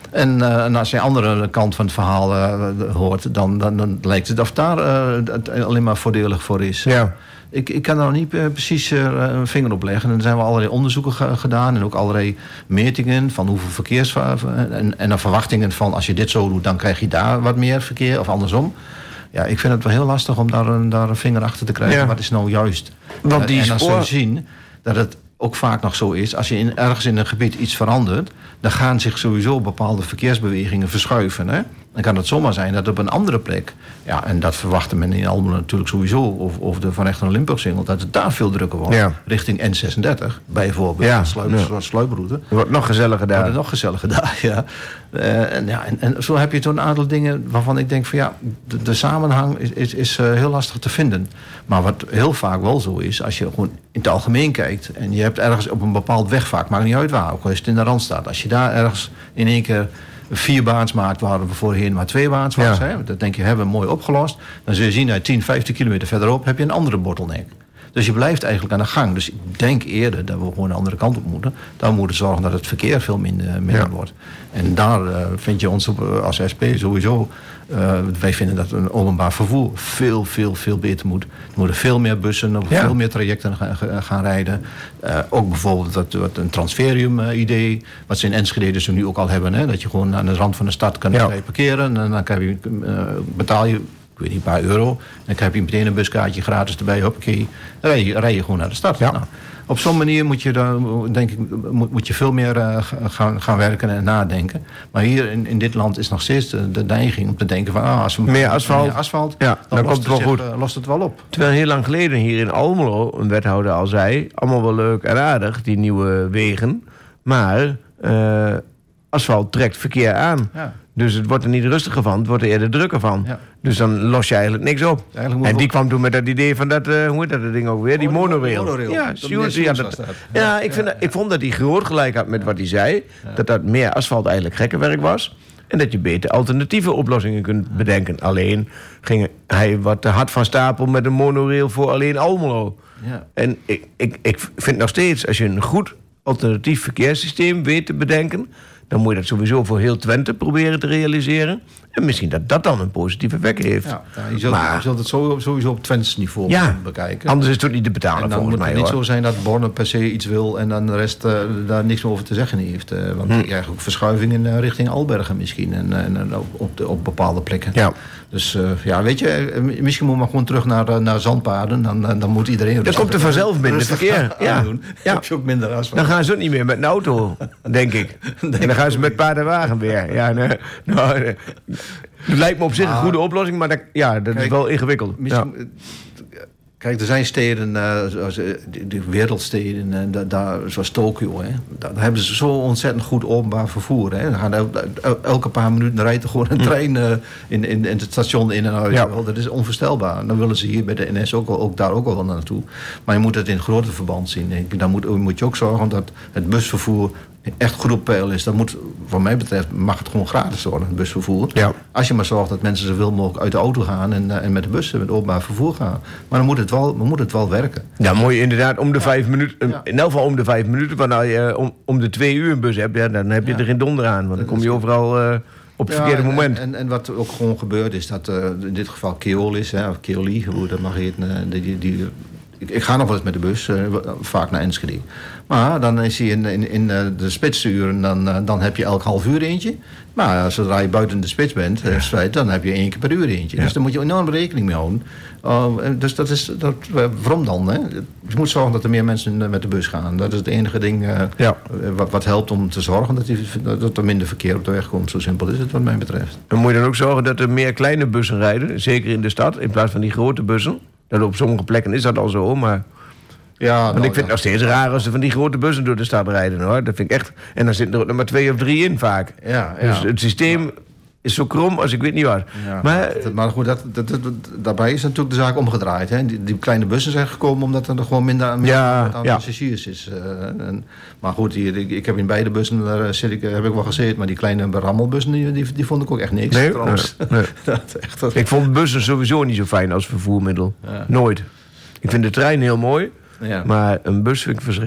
En, uh, en als je de andere kant van het verhaal uh, hoort, dan, dan, dan lijkt het of daar uh, het alleen maar voordelig voor is. Ja. Ik, ik kan er nog niet uh, precies uh, een vinger op leggen. Er zijn wel allerlei onderzoeken ge- gedaan en ook allerlei metingen van hoeveel verkeers en, en dan verwachtingen van als je dit zo doet, dan krijg je daar wat meer verkeer of andersom. Ja, ik vind het wel heel lastig om daar een, daar een vinger achter te krijgen. Ja. Wat is nou juist? Want die uh, en dan spoor... zul je zien dat het ook vaak nog zo is. Als je in, ergens in een gebied iets verandert, dan gaan zich sowieso bepaalde verkeersbewegingen verschuiven. Hè? Dan kan het zomaar zijn dat op een andere plek, ja, en dat verwachtte men in Almelo natuurlijk sowieso, of, of de Van Echt en Limburgsingel, dat het daar veel drukker wordt. Ja. Richting N zesendertig, bijvoorbeeld. Ja, sluip, ja. sluiproute. Het wordt nog gezelliger daar. Het wordt nog gezelliger daar, ja. Uh, en, ja en, en zo heb je toch een aantal dingen waarvan ik denk van ja, de, de samenhang is, is, is uh, heel lastig te vinden. Maar wat heel vaak wel zo is, als je gewoon in het algemeen kijkt en je hebt ergens op een bepaald wegvaart, maakt niet uit waar, ook als het in de Randstad, als je daar ergens in één keer vier baans maakt, waar we voorheen maar twee baans was. Ja. Hè? Dat denk je, hebben we mooi opgelost. Dan zul je zien, uit tien, vijftien kilometer verderop heb je een andere bottleneck. Dus je blijft eigenlijk aan de gang. Dus ik denk eerder dat we gewoon de andere kant op moeten. Dan moeten we zorgen dat het verkeer veel minder, minder ja. wordt. En daar uh, vind je ons op, als S P sowieso. Uh, wij vinden dat een openbaar vervoer veel, veel, veel beter moet. Er moeten veel meer bussen op ja. veel meer trajecten gaan, gaan rijden. Uh, ook bijvoorbeeld dat, wat een transferium-idee. Uh, wat ze in Enschede dus nu ook al hebben. Hè, dat je gewoon aan de rand van de stad kan ja. parkeren. En dan kan je, uh, betaal je, ik weet niet, een paar euro. Dan krijg je meteen een buskaartje gratis erbij. Hoppakee. Dan rij je, rij je gewoon naar de stad. Ja. Nou, op zo'n manier moet je, dan, denk ik, moet, moet je veel meer uh, gaan, gaan werken en nadenken. Maar hier in, in dit land is nog steeds de, de neiging om te denken van ah, als we meer asfalt, meer asfalt ja, dan, dan komt het wel goed. Uh, lost het wel op. Terwijl heel lang geleden hier in Almelo een wethouder al zei, allemaal wel leuk en aardig, die nieuwe wegen, maar uh, asfalt trekt verkeer aan. Ja. Dus het wordt er niet rustiger van, het wordt er eerder drukker van. Ja. Dus dan los je eigenlijk niks op. Eigenlijk en die ook... kwam toen met dat idee van dat, uh, hoe heet dat ding ook weer? Die monorail. monorail. Ja, Sjoerd, ja, dat, dat. ja, ja, ik, vind ja, ja. ik vond dat hij groot gelijk had met wat hij zei. Ja. Dat dat meer asfalt eigenlijk gekkenwerk was. En dat je beter alternatieve oplossingen kunt bedenken. Alleen ging hij wat te hard van stapel met een monorail voor alleen Almelo. Ja. En ik, ik, ik vind nog steeds, als je een goed alternatief verkeerssysteem weet te bedenken, dan moet je dat sowieso voor heel Twente proberen te realiseren. En misschien dat dat dan een positieve effect heeft. Ja, ja, je, zult, maar, je zult het sowieso op Twents niveau ja, bekijken. Anders is het ook niet te betalen, en dan volgens moet mij. Het niet hoor. zo zijn dat Borne per se iets wil en dan de rest uh, daar niks meer over te zeggen heeft. Uh, want hm. je krijgt ook verschuivingen uh, richting Albergen misschien. En, en, en op, de, op bepaalde plekken. Ja. Dus uh, ja, weet je, misschien moet maar gewoon terug naar, uh, naar zandpaden. Dan, dan moet iedereen... Dan komt er vanzelf minder verkeer. Ja. Doen. Ja. Heb je ook minder asfalt. Dan gaan ze ook niet meer met een auto, denk ik. denk en dan gaan ze met paard en wagen weer. Ja, nee, nou, nee. Het lijkt me op zich ah, een goede oplossing, maar dat, ja, dat kijk, is wel ingewikkeld. Ja. Kijk, er zijn steden, uh, zoals uh, de, de wereldsteden, uh, da, da, zoals Tokio. Hè. Daar hebben ze zo ontzettend goed openbaar vervoer. Hè. Dan gaan el, el, elke paar minuten rijdt er gewoon een trein uh, in, in, in het station in en uit. Ja. Dat is onvoorstelbaar. Dan willen ze hier bij de N S ook, ook daar ook wel naartoe. Maar je moet het in groter verband zien. Denk ik. Dan moet, moet je ook zorgen dat het busvervoer echt goed op peil is. Dat moet, wat mij betreft, mag het gewoon gratis worden, het busvervoer. Ja. Als je maar zorgt dat mensen zoveel mogelijk uit de auto gaan en, uh, en met de bus, met openbaar vervoer gaan. Maar dan moet het wel, dan moet het wel werken. Ja, moet je inderdaad om de ja. vijf minuten, ja. in elk geval om de vijf minuten, wanneer je om, om de twee uur een bus hebt, ja, dan heb je ja. er geen donder aan. Want dan kom je overal uh, op het ja, verkeerde en, moment. En, en, en wat ook gewoon gebeurt is dat uh, in dit geval Keolis, hè, of Keoli, hoe dat mag heten, uh, die, die, die Ik, ik ga nog wel eens met de bus, uh, vaak naar Enschede. Maar dan is hij in, in, in uh, de spitsuren, dan, uh, dan heb je elk half uur eentje. Maar zodra je buiten de spits bent, ja. uh, dan heb je één keer per uur eentje. Ja. Dus daar moet je enorm rekening mee houden. Uh, dus dat is, dat, uh, waarom dan? Hè? Je moet zorgen dat er meer mensen uh, met de bus gaan. Dat is het enige ding uh, ja. uh, wat, wat helpt om te zorgen dat, die, dat er minder verkeer op de weg komt. Zo simpel is het wat mij betreft. En moet je dan ook zorgen dat er meer kleine bussen rijden, zeker in de stad, in plaats van die grote bussen? Dat op sommige plekken is dat al zo, maar ja, want nou, ik vind ja. het nog steeds raar als ze van die grote bussen door de stad rijden, hoor. Dat vind ik echt. En dan zitten er ook nog maar twee of drie in vaak. Ja, ja. Dus het systeem ja. is zo krom als ik weet niet wat. Ja, maar, dat, maar goed, dat, dat, dat, daarbij is natuurlijk de zaak omgedraaid. Hè. Die, die kleine bussen zijn gekomen omdat er gewoon minder, minder ja, aan ja. passagiers is. Uh, en, maar goed, hier, ik, ik heb in beide bussen daar zit ik, heb ik wel gezeten, maar die kleine rammelbussen die, die, die vond ik ook echt niks. Nee, nee, nee. dat, echt, dat... Ik vond bussen sowieso niet zo fijn als vervoermiddel. Ja. Nooit. Ik vind de trein heel mooi. Ja. Maar een bus vind ik verschrikkelijk.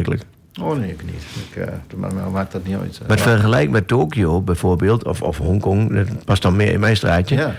Oh nee, ik niet. Ik, uh, maar, maar maakt dat niet uit. Uh, met vergelijk met Tokio bijvoorbeeld, of, of Hongkong, dat past dan meer in mijn straatje. Ja.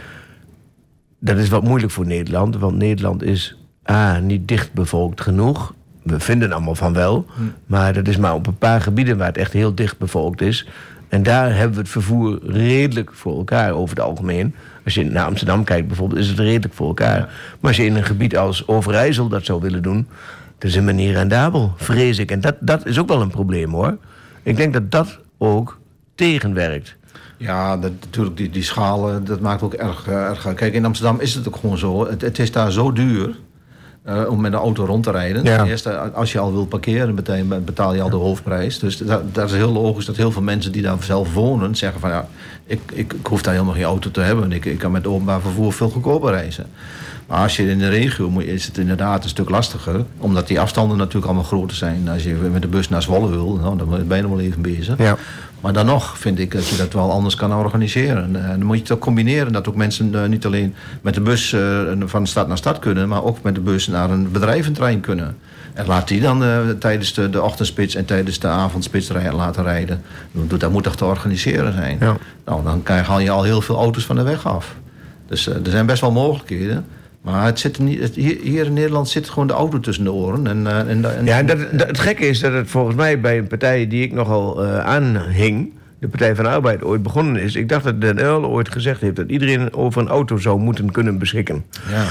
Dat is wat moeilijk voor Nederland, want Nederland is A, niet dichtbevolkt genoeg. We vinden allemaal van wel, hm. maar dat is maar op een paar gebieden waar het echt heel dicht bevolkt is. En daar hebben we het vervoer redelijk voor elkaar over het algemeen. Als je naar Amsterdam kijkt bijvoorbeeld, is het redelijk voor elkaar. Ja. Maar als je in een gebied als Overijssel dat zou willen doen, dat is een manier rendabel, vrees ik. En dat, dat is ook wel een probleem, hoor. Ik denk dat dat ook tegenwerkt. Ja, dat, natuurlijk, die, die schalen, dat maakt ook erg, uh, erg... Kijk, in Amsterdam is het ook gewoon zo. Het, het is daar zo duur uh, om met een auto rond te rijden. Ja. Eerst, als je al wil parkeren, betaal, betaal je al de hoofdprijs. Dus dat, dat is heel logisch dat heel veel mensen die daar zelf wonen zeggen van... ja, ik, ik, ik hoef daar helemaal geen auto te hebben. Ik, ik kan met openbaar vervoer veel goedkoper reizen. Maar als je in de regio moet, is het inderdaad een stuk lastiger. Omdat die afstanden natuurlijk allemaal groter zijn. Als je met de bus naar Zwolle wil, nou, dan ben je bijna wel even bezig. Ja. Maar dan nog vind ik dat je dat wel anders kan organiseren. En dan moet je het ook combineren. Dat ook mensen uh, niet alleen met de bus uh, van stad naar stad kunnen... maar ook met de bus naar een bedrijventrein kunnen. En laat die dan uh, tijdens de, de ochtendspits en tijdens de avondspits rij, laten rijden. Dat moet toch te organiseren zijn. Ja. Nou, dan haal je al heel veel auto's van de weg af. Dus uh, er zijn best wel mogelijkheden... Maar het zit er niet, het, hier, hier in Nederland zit gewoon de auto tussen de oren. En, uh, en, en, ja, en dat, dat, het gekke is dat het volgens mij bij een partij die ik nogal uh, aanhing... de Partij van de Arbeid ooit begonnen is... ik dacht dat Den Uyl ooit gezegd heeft... dat iedereen over een auto zou moeten kunnen beschikken. Ja.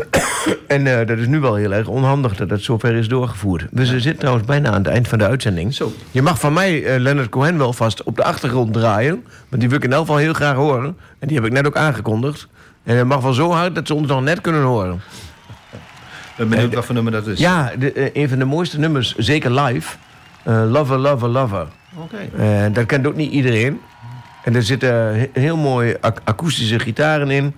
En uh, dat is nu wel heel erg onhandig dat dat zover is doorgevoerd. We ja. zitten trouwens bijna aan het eind van de uitzending. Zo. Je mag van mij uh, Leonard Cohen wel vast op de achtergrond draaien... want die wil ik in elk geval heel graag horen. En die heb ik net ook aangekondigd... En het mag wel zo hard dat ze ons nog net kunnen horen. Ik ben benieuwd wat voor nummer dat is. Ja, de, uh, een van de mooiste nummers, zeker live. Uh, Lover, Lover, Lover. Oké. Okay. Uh, dat kent ook niet iedereen. En er zitten he- heel mooie ac- akoestische gitaren in.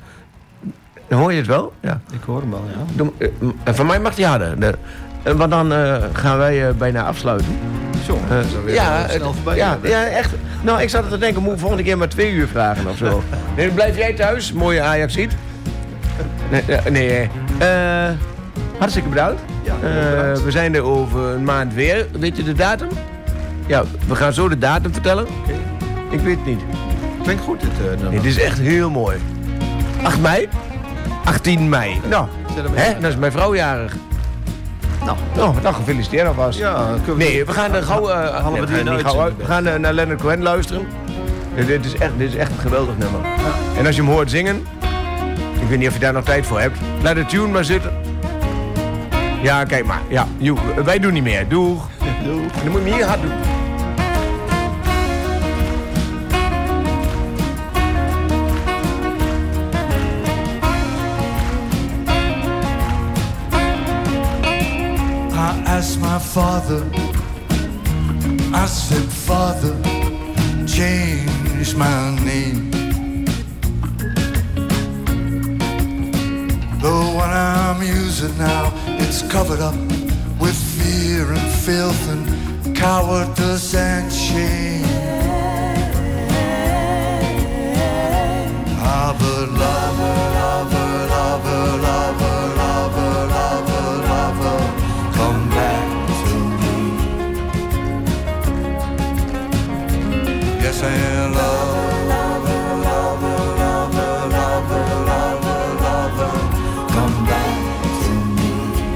Hoor je het wel? Ja. Ik hoor hem wel, ja. Doe, uh, uh, van mij mag die harder. De, uh, want dan uh, gaan wij uh, bijna afsluiten. Zo, uh, zo weer ja, snel voorbij. Ja, ja, echt. Nou, ik zat er te denken, moet ik volgende keer maar twee uur vragen of zo. Nee, dan blijf jij thuis, mooie Ajaxiet. Nee, nee. Uh, hartstikke bedankt. Ja, uh, we zijn er over een maand weer. Weet je de datum? Ja, we gaan zo de datum vertellen. Okay. Ik weet het niet. Klinkt goed dit uh, nummer. Dit is echt heel mooi. acht mei? achttien mei. Nou, hè? Dan is mijn vrouw jarig. Nou, oh, nou gefeliciteerd alvast. Ja, we... Nee, we gaan er gauw, uh, nee, we gaan, gauw uit. We gaan uh, naar Leonard Cohen luisteren. Uh, dit, is echt, dit is echt een geweldig nummer. Ja. En als je hem hoort zingen... Ik weet niet of je daar nog tijd voor hebt. Laat de tune maar zitten. Ja, kijk maar. Ja, joe, wij doen niet meer. Doeg. Doeg. Dan moet je hem hier hard doen. I asked my father, I said, Father, change my name. The one I'm using now, it's covered up with fear and filth and cowardice and shame. Ah, but lover, lover, lover, lover, lover, lover, lover, come back to me. Yes, and lover, lover, lover, lover, lover, lover, lover, come back to me.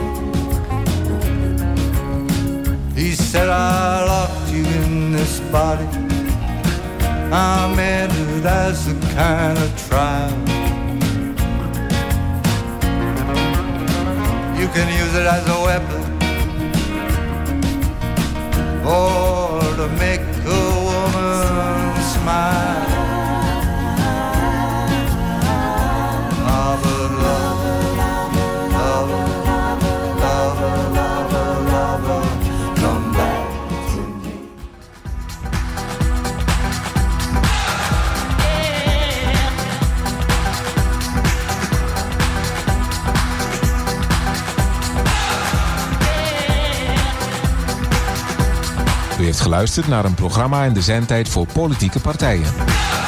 He said, I locked you in this body. I meant it as a kind of trial. You can use it as a weapon or to make a woman smile. Lover, lover, lover, lover, lover, lover, come back to me. U heeft geluisterd naar een programma in de zendtijd voor politieke partijen.